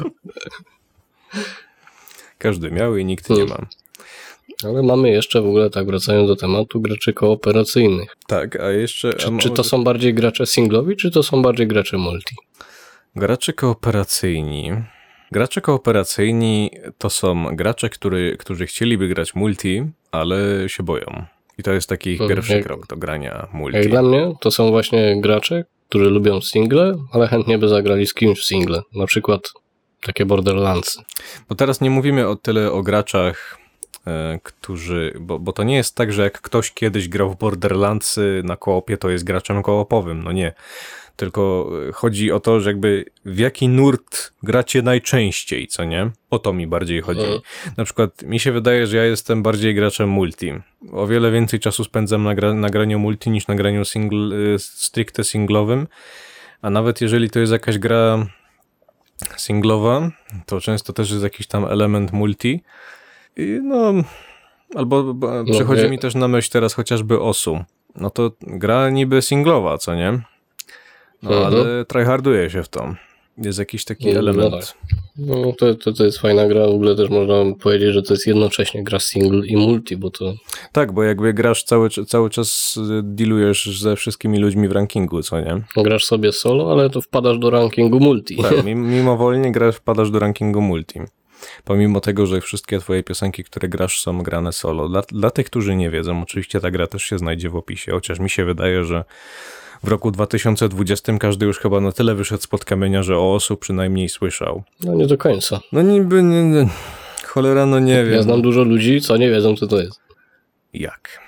[SPEAKER 1] Każdy miał i nikt nie ma.
[SPEAKER 2] Ale mamy jeszcze w ogóle, tak wracając do tematu, graczy kooperacyjnych.
[SPEAKER 1] Tak, a jeszcze...
[SPEAKER 2] Czy to są bardziej gracze singlowi, czy to są bardziej gracze multi?
[SPEAKER 1] Gracze kooperacyjni. Gracze kooperacyjni to są gracze, którzy chcieliby grać multi, ale się boją. I to jest taki ich pierwszy krok do grania multi.
[SPEAKER 2] Jak dla mnie to są właśnie gracze, którzy lubią single, ale chętnie by zagrali z kimś w single. Na przykład takie Borderlandsy.
[SPEAKER 1] Bo teraz nie mówimy tyle o graczach, którzy... Bo to nie jest tak, że jak ktoś kiedyś grał w Borderlandsy na koopie, to jest graczem koopowym. No nie. Tylko chodzi o to, że jakby w jaki nurt gracie najczęściej, co nie? O to mi bardziej chodzi. Na przykład mi się wydaje, że ja jestem bardziej graczem multi. O wiele więcej czasu spędzam na graniu multi niż na graniu stricte singlowym. A nawet jeżeli to jest jakaś gra singlowa, to często też jest jakiś tam element multi. I no... Albo przychodzi mi też na myśl teraz chociażby Osu. no to gra niby singlowa, co nie? No ale tryharduje się w to. Jest jakiś taki element.
[SPEAKER 2] Tak. No to jest fajna gra, w ogóle też można powiedzieć, że to jest jednocześnie gra single i multi, bo to...
[SPEAKER 1] Tak, bo jakby grasz cały czas dealujesz ze wszystkimi ludźmi w rankingu, co nie?
[SPEAKER 2] Grasz sobie solo, ale to wpadasz do rankingu multi.
[SPEAKER 1] Tak, mimowolnie wpadasz do rankingu multi. Pomimo tego, że wszystkie twoje piosenki, które grasz, są grane solo. Dla tych, którzy nie wiedzą, oczywiście ta gra też się znajdzie w opisie, chociaż mi się wydaje, że w roku 2020 każdy już chyba na tyle wyszedł spod kamienia, że o osób przynajmniej słyszał.
[SPEAKER 2] No nie do końca.
[SPEAKER 1] No niby, nie, cholera, no nie wiem.
[SPEAKER 2] Ja znam dużo ludzi, co nie wiedzą, co to jest.
[SPEAKER 1] Jak?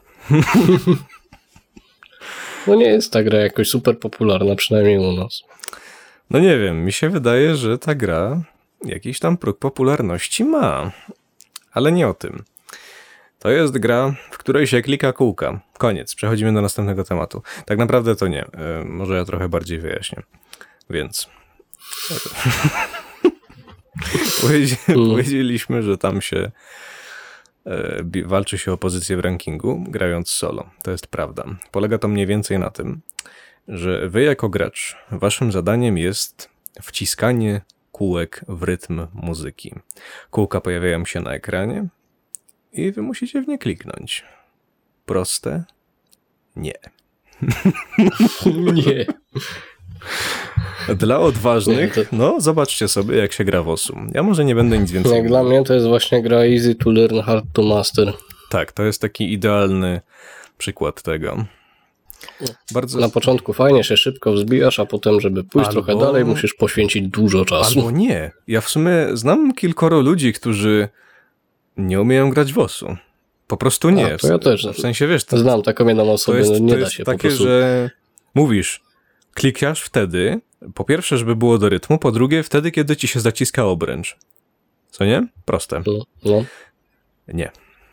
[SPEAKER 2] No nie jest ta gra jakoś super popularna, przynajmniej u nas.
[SPEAKER 1] No nie wiem, mi się wydaje, że ta gra jakiś tam próg popularności ma. Ale nie o tym. To jest gra, w której się klika kółka. Koniec, przechodzimy do następnego tematu. Tak naprawdę to nie. Może ja trochę bardziej wyjaśnię. Więc... Powiedzieliśmy, że tam się walczy się o pozycję w rankingu, grając solo. To jest prawda. Polega to mniej więcej na tym, że wy jako gracz, waszym zadaniem jest wciskanie kółek w rytm muzyki. Kółka pojawiają się na ekranie i wy musicie w nie kliknąć. Proste? Nie.
[SPEAKER 2] Nie.
[SPEAKER 1] Dla odważnych,
[SPEAKER 2] Nie, to...
[SPEAKER 1] no zobaczcie sobie, jak się gra w osu. Ja może nie będę nic więcej...
[SPEAKER 2] Jak dla mnie to jest właśnie gra easy to learn, hard to master.
[SPEAKER 1] Tak, to jest taki idealny przykład tego. Bardzo...
[SPEAKER 2] Na początku fajnie się szybko wzbijasz, a potem, żeby pójść trochę dalej, musisz poświęcić dużo czasu.
[SPEAKER 1] Albo nie. Ja w sumie znam kilkoro ludzi, którzy nie umieją grać w osu. Po prostu nie.
[SPEAKER 2] To ja też.
[SPEAKER 1] W sensie, wiesz...
[SPEAKER 2] Znam taką jedną osobę,
[SPEAKER 1] to jest,
[SPEAKER 2] nie
[SPEAKER 1] to
[SPEAKER 2] da
[SPEAKER 1] jest
[SPEAKER 2] się
[SPEAKER 1] takie,
[SPEAKER 2] po prostu...
[SPEAKER 1] że mówisz, klikasz wtedy, po pierwsze, żeby było do rytmu, po drugie, wtedy, kiedy ci się zaciska obręcz. Co nie? Proste.
[SPEAKER 2] No.
[SPEAKER 1] Nie.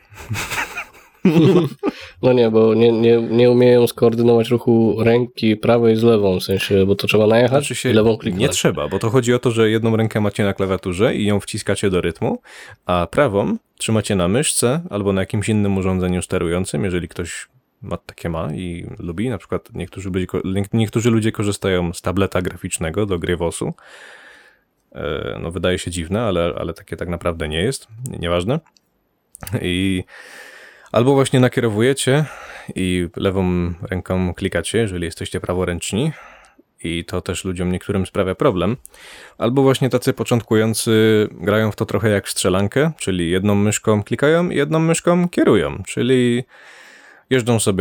[SPEAKER 2] No nie, bo nie umieją skoordynować ruchu ręki prawej z lewą, w sensie, bo to trzeba najechać i lewą kliknąć.
[SPEAKER 1] Nie trzeba, bo to chodzi o to, że jedną rękę macie na klawiaturze i ją wciskacie do rytmu, a prawą trzymacie na myszce albo na jakimś innym urządzeniu sterującym, jeżeli ktoś takie ma i lubi. Na przykład niektórzy ludzie korzystają z tableta graficznego do gry w osu. No wydaje się dziwne, ale takie tak naprawdę nie jest. Nieważne. I albo właśnie nakierowujecie i lewą ręką klikacie, jeżeli jesteście praworęczni, i to też ludziom niektórym sprawia problem. Albo właśnie tacy początkujący grają w to trochę jak w strzelankę, czyli jedną myszką klikają i jedną myszką kierują, czyli jeżdżą sobie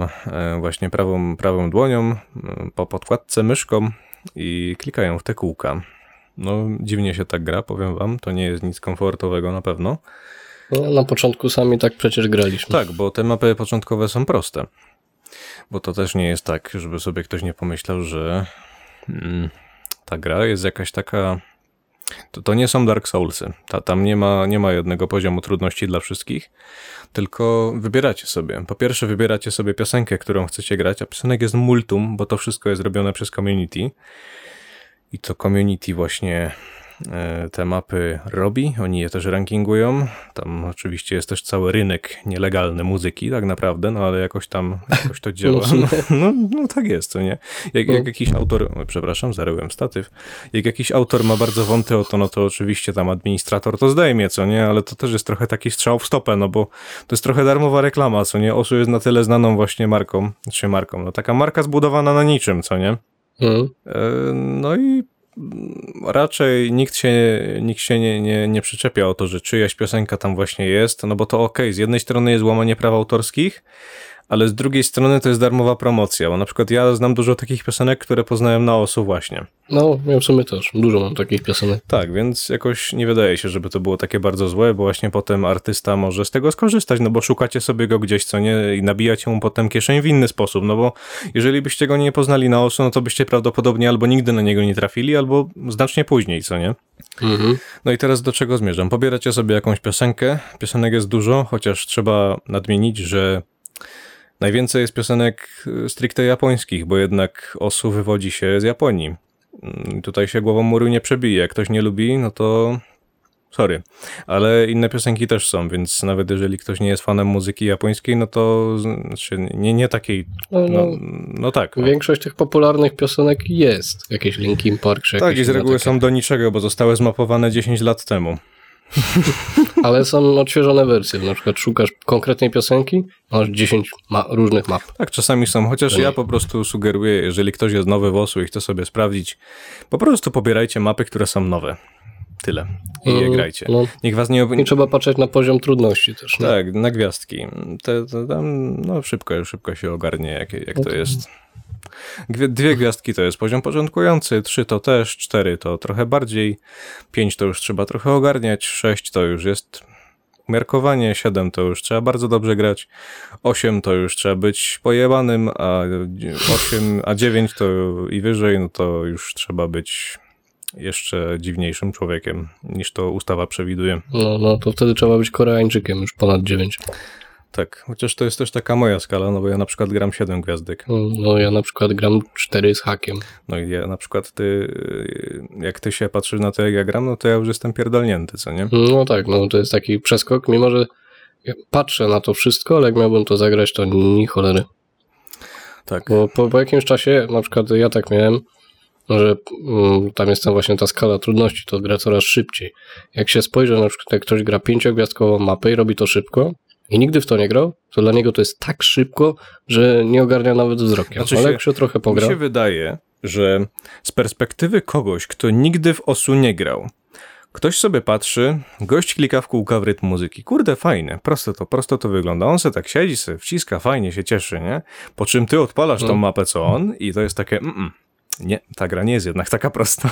[SPEAKER 1] prawą dłonią po podkładce myszką i klikają w te kółka. No dziwnie się tak gra, powiem wam, to nie jest nic komfortowego na pewno.
[SPEAKER 2] No, na początku sami tak przecież graliśmy.
[SPEAKER 1] Tak, bo te mapy początkowe są proste. Bo to też nie jest tak, żeby sobie ktoś nie pomyślał, że ta gra jest jakaś taka... To nie są Dark Soulsy. Tam nie ma jednego poziomu trudności dla wszystkich, tylko wybieracie sobie. Po pierwsze wybieracie sobie piosenkę, którą chcecie grać, a piosenek jest multum, bo to wszystko jest robione przez community. I to community właśnie te mapy robi, oni je też rankingują. Tam oczywiście jest też cały rynek nielegalny muzyki, tak naprawdę, no ale jakoś to działa. No tak jest, to nie? Jak jakiś autor, przepraszam, zaryłem statyw, jak jakiś autor ma bardzo wąty o to, no to oczywiście tam administrator to zdejmie, co nie? Ale to też jest trochę taki strzał w stopę, no bo to jest trochę darmowa reklama, co nie? Osu jest na tyle znaną właśnie marką, no taka marka zbudowana na niczym, co nie? No i raczej nikt się nie przyczepia o to, że czyjaś piosenka tam właśnie jest, no bo to okej, z jednej strony jest łamanie praw autorskich, ale z drugiej strony to jest darmowa promocja, bo na przykład ja znam dużo takich piosenek, które poznałem na osu właśnie.
[SPEAKER 2] No, ja w sumie też. Dużo mam takich piosenek.
[SPEAKER 1] Tak, więc jakoś nie wydaje się, żeby to było takie bardzo złe, bo właśnie potem artysta może z tego skorzystać, no bo szukacie sobie go gdzieś, co nie, i nabijacie mu potem kieszeń w inny sposób, no bo jeżeli byście go nie poznali na osu, no to byście prawdopodobnie albo nigdy na niego nie trafili, albo znacznie później, co nie? No i teraz do czego zmierzam? Pobieracie sobie jakąś piosenkę, piosenek jest dużo, chociaż trzeba nadmienić, że najwięcej jest piosenek stricte japońskich, bo jednak osu wywodzi się z Japonii. Tutaj się głową muru nie przebije. Jak ktoś nie lubi, no to sorry, ale inne piosenki też są, więc nawet jeżeli ktoś nie jest fanem muzyki japońskiej, no to znaczy nie takiej, no tak. No.
[SPEAKER 2] Większość tych popularnych piosenek jest. Jakieś Linkin Park czy
[SPEAKER 1] Tak,
[SPEAKER 2] jakieś
[SPEAKER 1] i z reguły
[SPEAKER 2] takie.
[SPEAKER 1] są do niczego, bo zostały zmapowane 10 lat temu.
[SPEAKER 2] Ale są odświeżone wersje. Na przykład szukasz konkretnej piosenki, masz 10 różnych map.
[SPEAKER 1] Tak, czasami są, chociaż ja po prostu sugeruję, jeżeli ktoś jest nowy w OSU i chce sobie sprawdzić, po prostu pobierajcie mapy, które są nowe. Tyle. I je grajcie.
[SPEAKER 2] No.
[SPEAKER 1] Niech was nie...
[SPEAKER 2] I trzeba patrzeć na poziom trudności też. Nie?
[SPEAKER 1] Tak, na gwiazdki. Te tam, no szybko się ogarnie, jak to jest. 2 gwiazdki to jest poziom początkujący, 3 to też, 4 to trochę bardziej, 5 to już trzeba trochę ogarniać, 6 to już jest umiarkowanie, 7 to już trzeba bardzo dobrze grać, 8 to już trzeba być pojebanym, a 9 to i wyżej, no to już trzeba być jeszcze dziwniejszym człowiekiem, niż to ustawa przewiduje.
[SPEAKER 2] No to wtedy trzeba być Koreańczykiem już ponad 9.
[SPEAKER 1] Tak, chociaż to jest też taka moja skala, no bo ja na przykład gram 7 gwiazdek.
[SPEAKER 2] No ja na przykład gram 4 z hakiem.
[SPEAKER 1] No i ja na przykład jak ty się patrzysz na to, jak ja gram, no to ja już jestem pierdolnięty, co nie?
[SPEAKER 2] No tak, no to jest taki przeskok, mimo że ja patrzę na to wszystko, ale jak miałbym to zagrać, to ni cholery.
[SPEAKER 1] Tak.
[SPEAKER 2] Bo po jakimś czasie, na przykład ja tak miałem, że tam jest tam właśnie ta skala trudności, to gra coraz szybciej. Jak się spojrzy, na przykład jak ktoś gra 5-gwiazdkową mapę i robi to szybko i nigdy w to nie grał, to dla niego to jest tak szybko, że nie ogarnia nawet wzrokiem.
[SPEAKER 1] Znaczy
[SPEAKER 2] ale jak się trochę pogra...
[SPEAKER 1] Mi się wydaje, że z perspektywy kogoś, kto nigdy w OSU nie grał, ktoś sobie patrzy, gość klika w kółka w rytm muzyki. Kurde, fajne, prosto to wygląda. On se tak siedzi, se wciska, fajnie się cieszy, nie? Po czym ty odpalasz tą mapę, co on i to jest takie, nie, ta gra nie jest jednak taka prosta.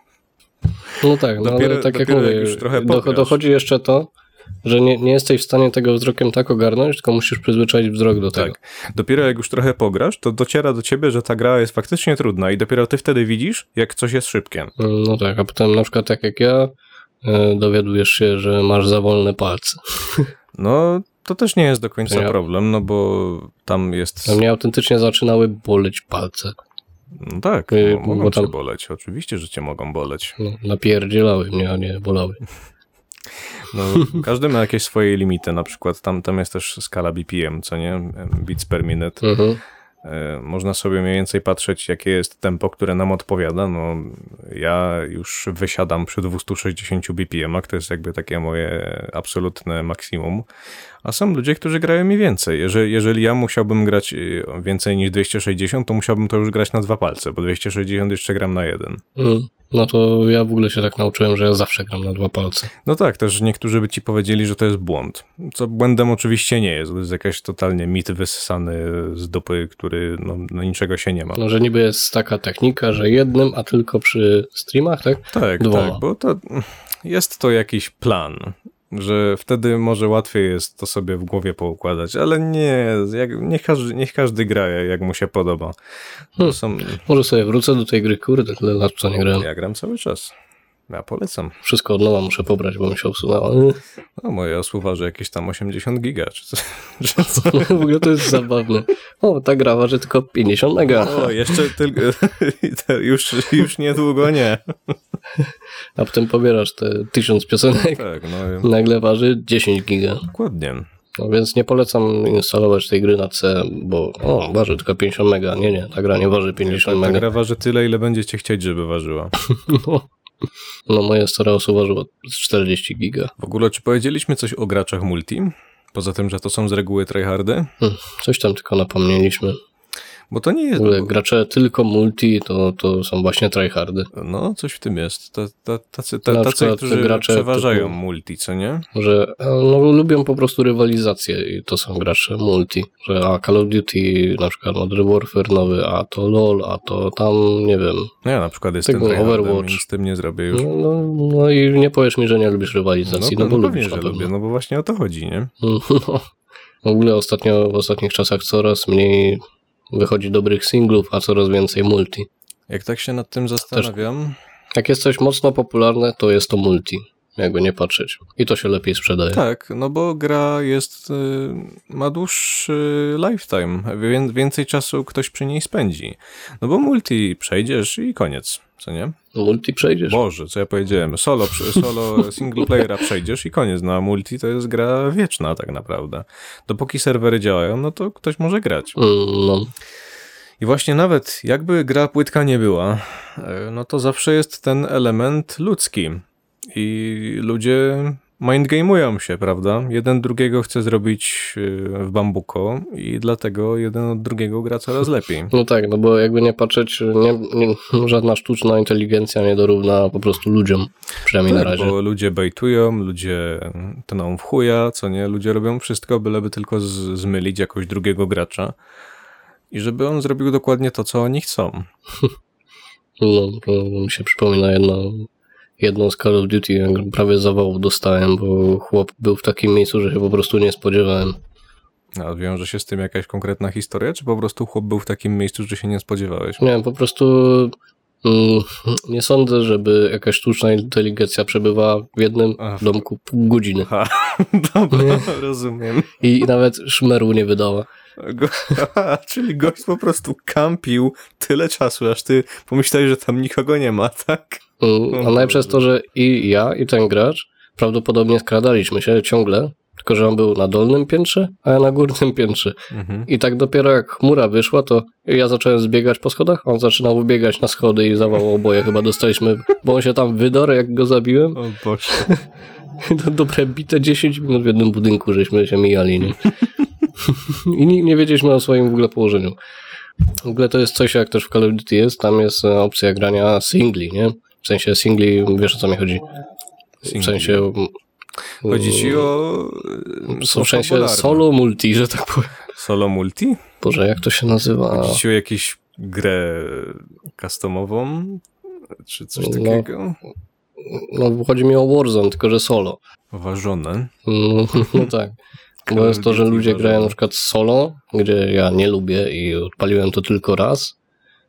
[SPEAKER 2] No tak, no ale tak jak mówię,
[SPEAKER 1] jak już trochę
[SPEAKER 2] dochodzi jeszcze to, że nie jesteś w stanie tego wzrokiem tak ogarnąć, tylko musisz przyzwyczaić wzrok do tego.
[SPEAKER 1] Tak. Dopiero jak już trochę pograsz, to dociera do ciebie, że ta gra jest faktycznie trudna i dopiero ty wtedy widzisz, jak coś jest szybkie.
[SPEAKER 2] No tak, a potem na przykład tak jak ja, dowiadujesz się, że masz za wolne palce.
[SPEAKER 1] No, to też nie jest do końca problem, no bo tam jest...
[SPEAKER 2] Mnie autentycznie zaczynały boleć palce.
[SPEAKER 1] No tak, mogą cię boleć. Oczywiście, że cię mogą boleć.
[SPEAKER 2] No, napierdzielały mnie, a nie bolały.
[SPEAKER 1] No, każdy ma jakieś swoje limity, na przykład tam jest też skala BPM, co nie? Beats per minute. Można sobie mniej więcej patrzeć, jakie jest tempo, które nam odpowiada. No, ja już wysiadam przy 260 BPM-ach, to jest jakby takie moje absolutne maksimum. A są ludzie, którzy grają mi więcej. Jeżeli ja musiałbym grać więcej niż 260, to musiałbym to już grać na 2 palce, bo 260 jeszcze gram na 1.
[SPEAKER 2] No to ja w ogóle się tak nauczyłem, że ja zawsze gram na 2 palce.
[SPEAKER 1] No tak, też niektórzy by ci powiedzieli, że to jest błąd. Co błędem oczywiście nie jest. To jest jakiś totalnie mit wysysany z dupy, który no niczego się nie ma.
[SPEAKER 2] No, że niby jest taka technika, że jednym, a tylko przy streamach, tak?
[SPEAKER 1] Tak,
[SPEAKER 2] 2.
[SPEAKER 1] tak, bo to jest to jakiś plan, że wtedy może łatwiej jest to sobie w głowie poukładać, ale niech każdy gra jak mu się podoba.
[SPEAKER 2] Może sobie wrócę do tej gry, kurde, tyle lat co nie grałem.
[SPEAKER 1] Ja gram cały czas. Ja polecam.
[SPEAKER 2] Wszystko od nowa muszę pobrać, bo mi się usunęło.
[SPEAKER 1] No moje OSU waży jakieś tam 80 giga, czy co?
[SPEAKER 2] W ogóle to jest zabawne. O, ta gra waży tylko 50 mega.
[SPEAKER 1] O, jeszcze tylko... już niedługo nie.
[SPEAKER 2] A potem pobierasz te 1000 piosenek.
[SPEAKER 1] Tak, no.
[SPEAKER 2] Nagle waży 10 giga.
[SPEAKER 1] Dokładnie.
[SPEAKER 2] No więc nie polecam instalować tej gry na C, bo waży tylko 50 mega. Nie, ta gra nie waży 50 mega.
[SPEAKER 1] Ta gra waży tyle, ile będziecie chcieć, żeby ważyła.
[SPEAKER 2] No moje stare OSU ważyło 40 giga.
[SPEAKER 1] W ogóle, czy powiedzieliśmy coś o graczach multi? Poza tym, że to są z reguły tryhardy?
[SPEAKER 2] Coś tam tylko napomnieliśmy.
[SPEAKER 1] Bo to nie jest...
[SPEAKER 2] W ogóle gracze tylko multi to są właśnie tryhardy.
[SPEAKER 1] No, coś w tym jest. Tacy, którzy
[SPEAKER 2] gracze
[SPEAKER 1] przeważają
[SPEAKER 2] typu,
[SPEAKER 1] multi, co nie?
[SPEAKER 2] Że lubią po prostu rywalizację i to są gracze multi. Że Call of Duty, na przykład Modern Warfare nowy, a to LOL, a to tam, nie wiem.
[SPEAKER 1] No ja na przykład jestem tryhardem i z tym nie zrobię już.
[SPEAKER 2] No i nie powiesz mi, że nie lubisz rywalizacji, bo lubisz
[SPEAKER 1] pewnie, że lubię, no bo właśnie o to chodzi, nie?
[SPEAKER 2] No. W ogóle w ostatnich czasach coraz mniej wychodzi dobrych singlów, a coraz więcej multi.
[SPEAKER 1] Jak tak się nad tym zastanawiam...
[SPEAKER 2] Jak jest coś mocno popularne, to jest to multi. jakby nie patrzeć. I to się lepiej sprzedaje.
[SPEAKER 1] Tak, no bo gra ma dłuższy lifetime, więcej czasu ktoś przy niej spędzi. No bo multi przejdziesz i koniec, co nie?
[SPEAKER 2] Multi przejdziesz?
[SPEAKER 1] Boże, co ja powiedziałem, solo single playera przejdziesz i koniec, no a multi to jest gra wieczna tak naprawdę. Dopóki serwery działają, no to ktoś może grać.
[SPEAKER 2] No.
[SPEAKER 1] I właśnie nawet jakby gra płytka nie była, no to zawsze jest ten element ludzki. I ludzie mindgame'ują się, prawda? Jeden drugiego chce zrobić w bambuko i dlatego jeden od drugiego gra coraz lepiej.
[SPEAKER 2] No tak, no bo jakby nie patrzeć, żadna sztuczna inteligencja nie dorówna po prostu ludziom, przynajmniej
[SPEAKER 1] Tak,
[SPEAKER 2] na razie.
[SPEAKER 1] bo ludzie bejtują, ludzie tną w chuja, co nie? Ludzie robią wszystko, byleby tylko zmylić jakoś drugiego gracza i żeby on zrobił dokładnie to, co oni chcą.
[SPEAKER 2] No, to mi się przypomina jedną z Call of Duty, jak prawie zawału dostałem, bo chłop był w takim miejscu, że się po prostu nie spodziewałem.
[SPEAKER 1] A wiąże się z tym jakaś konkretna historia, czy po prostu chłop był w takim miejscu, że się nie spodziewałeś?
[SPEAKER 2] Nie wiem, po prostu nie sądzę, żeby jakaś sztuczna inteligencja przebywała w jednym domku pół godziny.
[SPEAKER 1] Aha, dobra, rozumiem.
[SPEAKER 2] I nawet szmeru nie wydała.
[SPEAKER 1] Czyli gość po prostu kampił tyle czasu, aż ty pomyślałeś, że tam nikogo nie ma, tak?
[SPEAKER 2] A najpierw to, że i ja, i ten gracz prawdopodobnie skradaliśmy się ciągle, tylko że on był na dolnym piętrze, a ja na górnym piętrze. I tak dopiero jak chmura wyszła, to ja zacząłem zbiegać po schodach, a on zaczynał wybiegać na schody i zawał oboje chyba dostaliśmy, bo on się tam wydorł, jak go zabiłem.
[SPEAKER 1] O Boże.
[SPEAKER 2] To dobre bite 10 minut w jednym budynku, żeśmy się mijali, nie? I nie wiedzieliśmy o swoim w ogóle położeniu. W ogóle to jest coś, jak też w Call of Duty jest, tam jest opcja grania singli, nie? W sensie singli, wiesz o co mi chodzi? W sensie...
[SPEAKER 1] Chodzi ci o...
[SPEAKER 2] W sensie solo multi, że tak powiem.
[SPEAKER 1] Solo multi?
[SPEAKER 2] Boże, jak to się nazywa?
[SPEAKER 1] Chodzi ci o jakąś grę customową? Czy coś takiego?
[SPEAKER 2] No, chodzi mi o Warzone, tylko że solo.
[SPEAKER 1] Ważone.
[SPEAKER 2] No tak. Bo jest to, że ludzie grają na przykład solo, gdzie ja nie lubię i odpaliłem to tylko raz,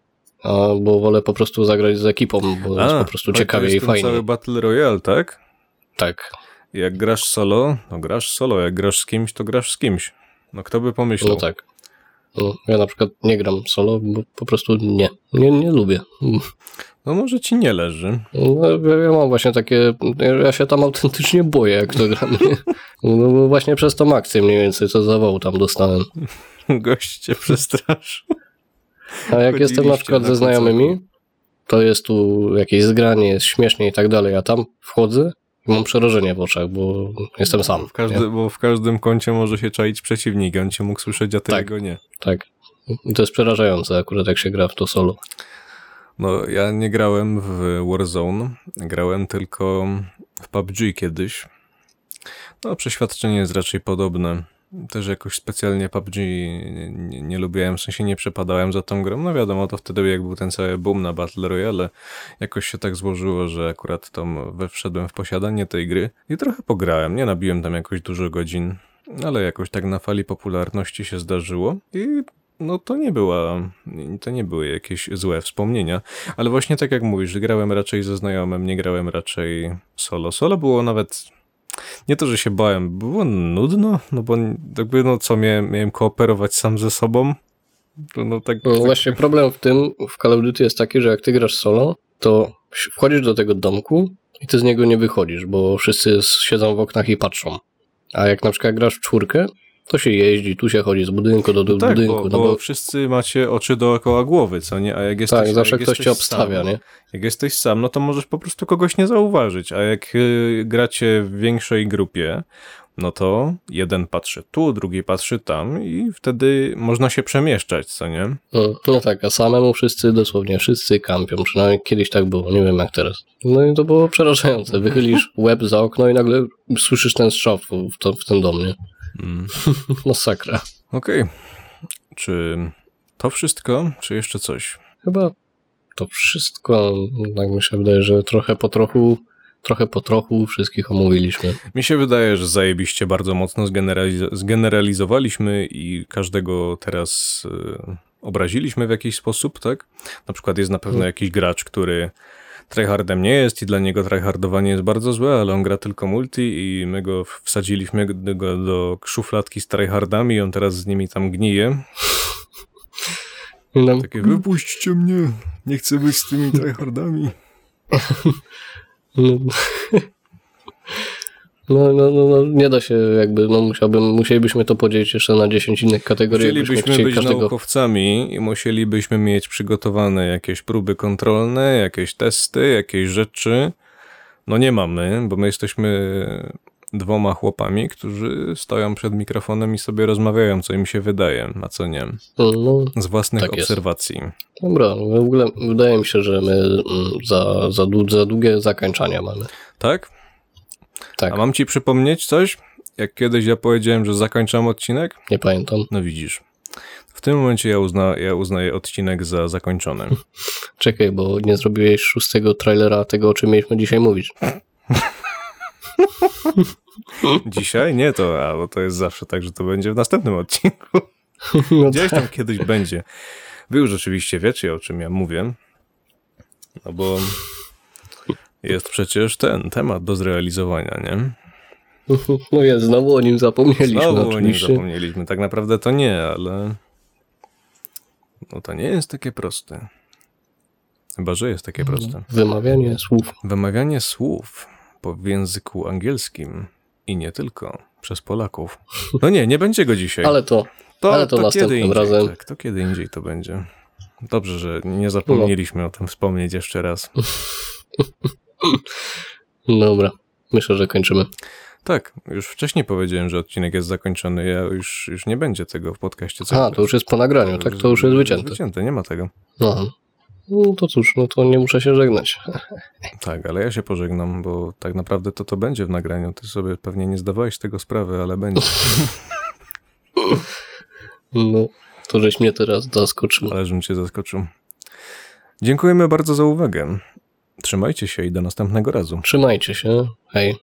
[SPEAKER 2] bo wolę po prostu zagrać z ekipą, bo jest po prostu ciekawie i fajnie.
[SPEAKER 1] To jest cały Battle Royale, tak?
[SPEAKER 2] Tak.
[SPEAKER 1] Jak grasz solo, to grasz solo. Jak grasz z kimś, to grasz z kimś. No kto by pomyślał?
[SPEAKER 2] No tak. No, ja na przykład nie gram solo, bo po prostu nie lubię.
[SPEAKER 1] No może ci nie leży.
[SPEAKER 2] No, ja mam właśnie takie, ja się tam autentycznie boję, jak to gram. No bo właśnie przez tą akcję mniej więcej, co zawału tam dostałem.
[SPEAKER 1] Gość cię przestraszył.
[SPEAKER 2] A jak jestem na przykład ze znajomymi, to jest tu jakieś zgranie, jest śmiesznie i tak dalej, a tam wchodzę i mam przerażenie w oczach, bo jestem sam.
[SPEAKER 1] Bo w każdym kącie może się czaić przeciwnik, on cię mógł słyszeć, a ty jego nie.
[SPEAKER 2] Tak. I to jest przerażające akurat, jak się gra w to solo.
[SPEAKER 1] No, ja nie grałem w Warzone, grałem tylko w PUBG kiedyś. No, przeświadczenie jest raczej podobne. Też jakoś specjalnie PUBG nie lubiłem, w sensie nie przepadałem za tą grą. No wiadomo, to wtedy jak był ten cały boom na Battle Royale, jakoś się tak złożyło, że akurat tam wszedłem w posiadanie tej gry i trochę pograłem. Nie nabiłem tam jakoś dużo godzin, ale jakoś tak na fali popularności się zdarzyło i no to nie były jakieś złe wspomnienia, ale właśnie tak jak mówisz, grałem raczej ze znajomym, nie grałem raczej solo. Solo było nawet, nie to, że się bałem, było nudno, no bo jakby no co, miałem kooperować sam ze sobą, to no tak...
[SPEAKER 2] No właśnie problem w Call of Duty jest taki, że jak ty grasz solo, to wchodzisz do tego domku i ty z niego nie wychodzisz, bo wszyscy siedzą w oknach i patrzą. A jak na przykład grasz w czwórkę, to się jeździ, tu się chodzi z budynku do budynku.
[SPEAKER 1] Bo wszyscy macie oczy dookoła głowy, co nie? A jak jesteś,
[SPEAKER 2] tak, zawsze ktoś cię obstawia, nie?
[SPEAKER 1] Jak jesteś sam, no to możesz po prostu kogoś nie zauważyć, a jak gracie w większej grupie, no to jeden patrzy tu, drugi patrzy tam i wtedy można się przemieszczać, co nie?
[SPEAKER 2] No tak, a samemu dosłownie wszyscy kampią, przynajmniej kiedyś tak było, nie wiem jak teraz. No i to było przerażające, wychylisz łeb za okno i nagle słyszysz ten strzał w ten dom, nie? Masakra.
[SPEAKER 1] Okej. Czy to wszystko, czy jeszcze coś?
[SPEAKER 2] Chyba to wszystko, tak mi się wydaje, że trochę po trochu wszystkich omówiliśmy.
[SPEAKER 1] Mi się wydaje, że zajebiście bardzo mocno zgeneralizowaliśmy i każdego teraz obraziliśmy w jakiś sposób, tak? Na przykład jest na pewno jakiś gracz, który tryhardem nie jest i dla niego tryhardowanie jest bardzo złe, ale on gra tylko multi i my go wsadziliśmy go do szufladki z tryhardami i on teraz z nimi tam gnije.
[SPEAKER 2] No,
[SPEAKER 1] Takie, wypuśćcie mnie, nie chcę być z tymi tryhardami.
[SPEAKER 2] no, nie da się jakby, musielibyśmy to podzielić jeszcze na 10 innych kategorii.
[SPEAKER 1] Chcielibyśmy być naukowcami i musielibyśmy mieć przygotowane jakieś próby kontrolne, jakieś testy, jakieś rzeczy. No nie mamy, bo my jesteśmy 2 chłopami, którzy stoją przed mikrofonem i sobie rozmawiają, co im się wydaje, a co nie.
[SPEAKER 2] No,
[SPEAKER 1] Z własnych
[SPEAKER 2] tak jest.
[SPEAKER 1] obserwacji.
[SPEAKER 2] Dobra, w ogóle wydaje mi się, że my za długie zakończenia mamy.
[SPEAKER 1] Tak?
[SPEAKER 2] Tak,
[SPEAKER 1] A mam ci przypomnieć coś? Jak kiedyś ja powiedziałem, że zakończam odcinek?
[SPEAKER 2] nie pamiętam.
[SPEAKER 1] No widzisz. W tym momencie ja uznaję odcinek za zakończony.
[SPEAKER 2] Czekaj, bo nie zrobiłeś 6. trailera tego, o czym mieliśmy dzisiaj mówić.
[SPEAKER 1] Dzisiaj? Nie to, bo to jest zawsze tak, że to będzie w następnym odcinku.
[SPEAKER 2] No
[SPEAKER 1] Gdzieś tam kiedyś będzie. Wy już oczywiście wiecie, o czym ja mówię. No bo jest przecież ten temat do zrealizowania, nie?
[SPEAKER 2] No jest, znowu o nim zapomnieliśmy.
[SPEAKER 1] Znowu o nim
[SPEAKER 2] oczywiście.
[SPEAKER 1] zapomnieliśmy. Tak naprawdę to nie, ale no to nie jest takie proste. Chyba, że jest takie proste.
[SPEAKER 2] Wymawianie słów.
[SPEAKER 1] Wymawianie słów w języku angielskim i nie tylko przez Polaków. No nie będzie go dzisiaj.
[SPEAKER 2] Ale to następnym
[SPEAKER 1] kiedy indziej,
[SPEAKER 2] razem.
[SPEAKER 1] Tak, to kiedy indziej to będzie. Dobrze, że nie zapomnieliśmy o tym wspomnieć jeszcze raz.
[SPEAKER 2] Dobra, myślę, że kończymy.
[SPEAKER 1] Tak, już wcześniej powiedziałem, że odcinek jest zakończony. Już nie będzie tego w podcaście.
[SPEAKER 2] To już jest po nagraniu, tak? To już jest wycięte.
[SPEAKER 1] Wycięte, nie ma tego.
[SPEAKER 2] Aha. No to cóż, no to nie muszę się żegnać.
[SPEAKER 1] Tak, ale ja się pożegnam, bo tak naprawdę to będzie w nagraniu. Ty sobie pewnie nie zdawałeś z tego sprawy, ale będzie.
[SPEAKER 2] No, to żeś mnie teraz zaskoczył.
[SPEAKER 1] Ale żebym cię zaskoczył. Dziękujemy bardzo za uwagę. Trzymajcie się i do następnego razu.
[SPEAKER 2] Trzymajcie się. Hej.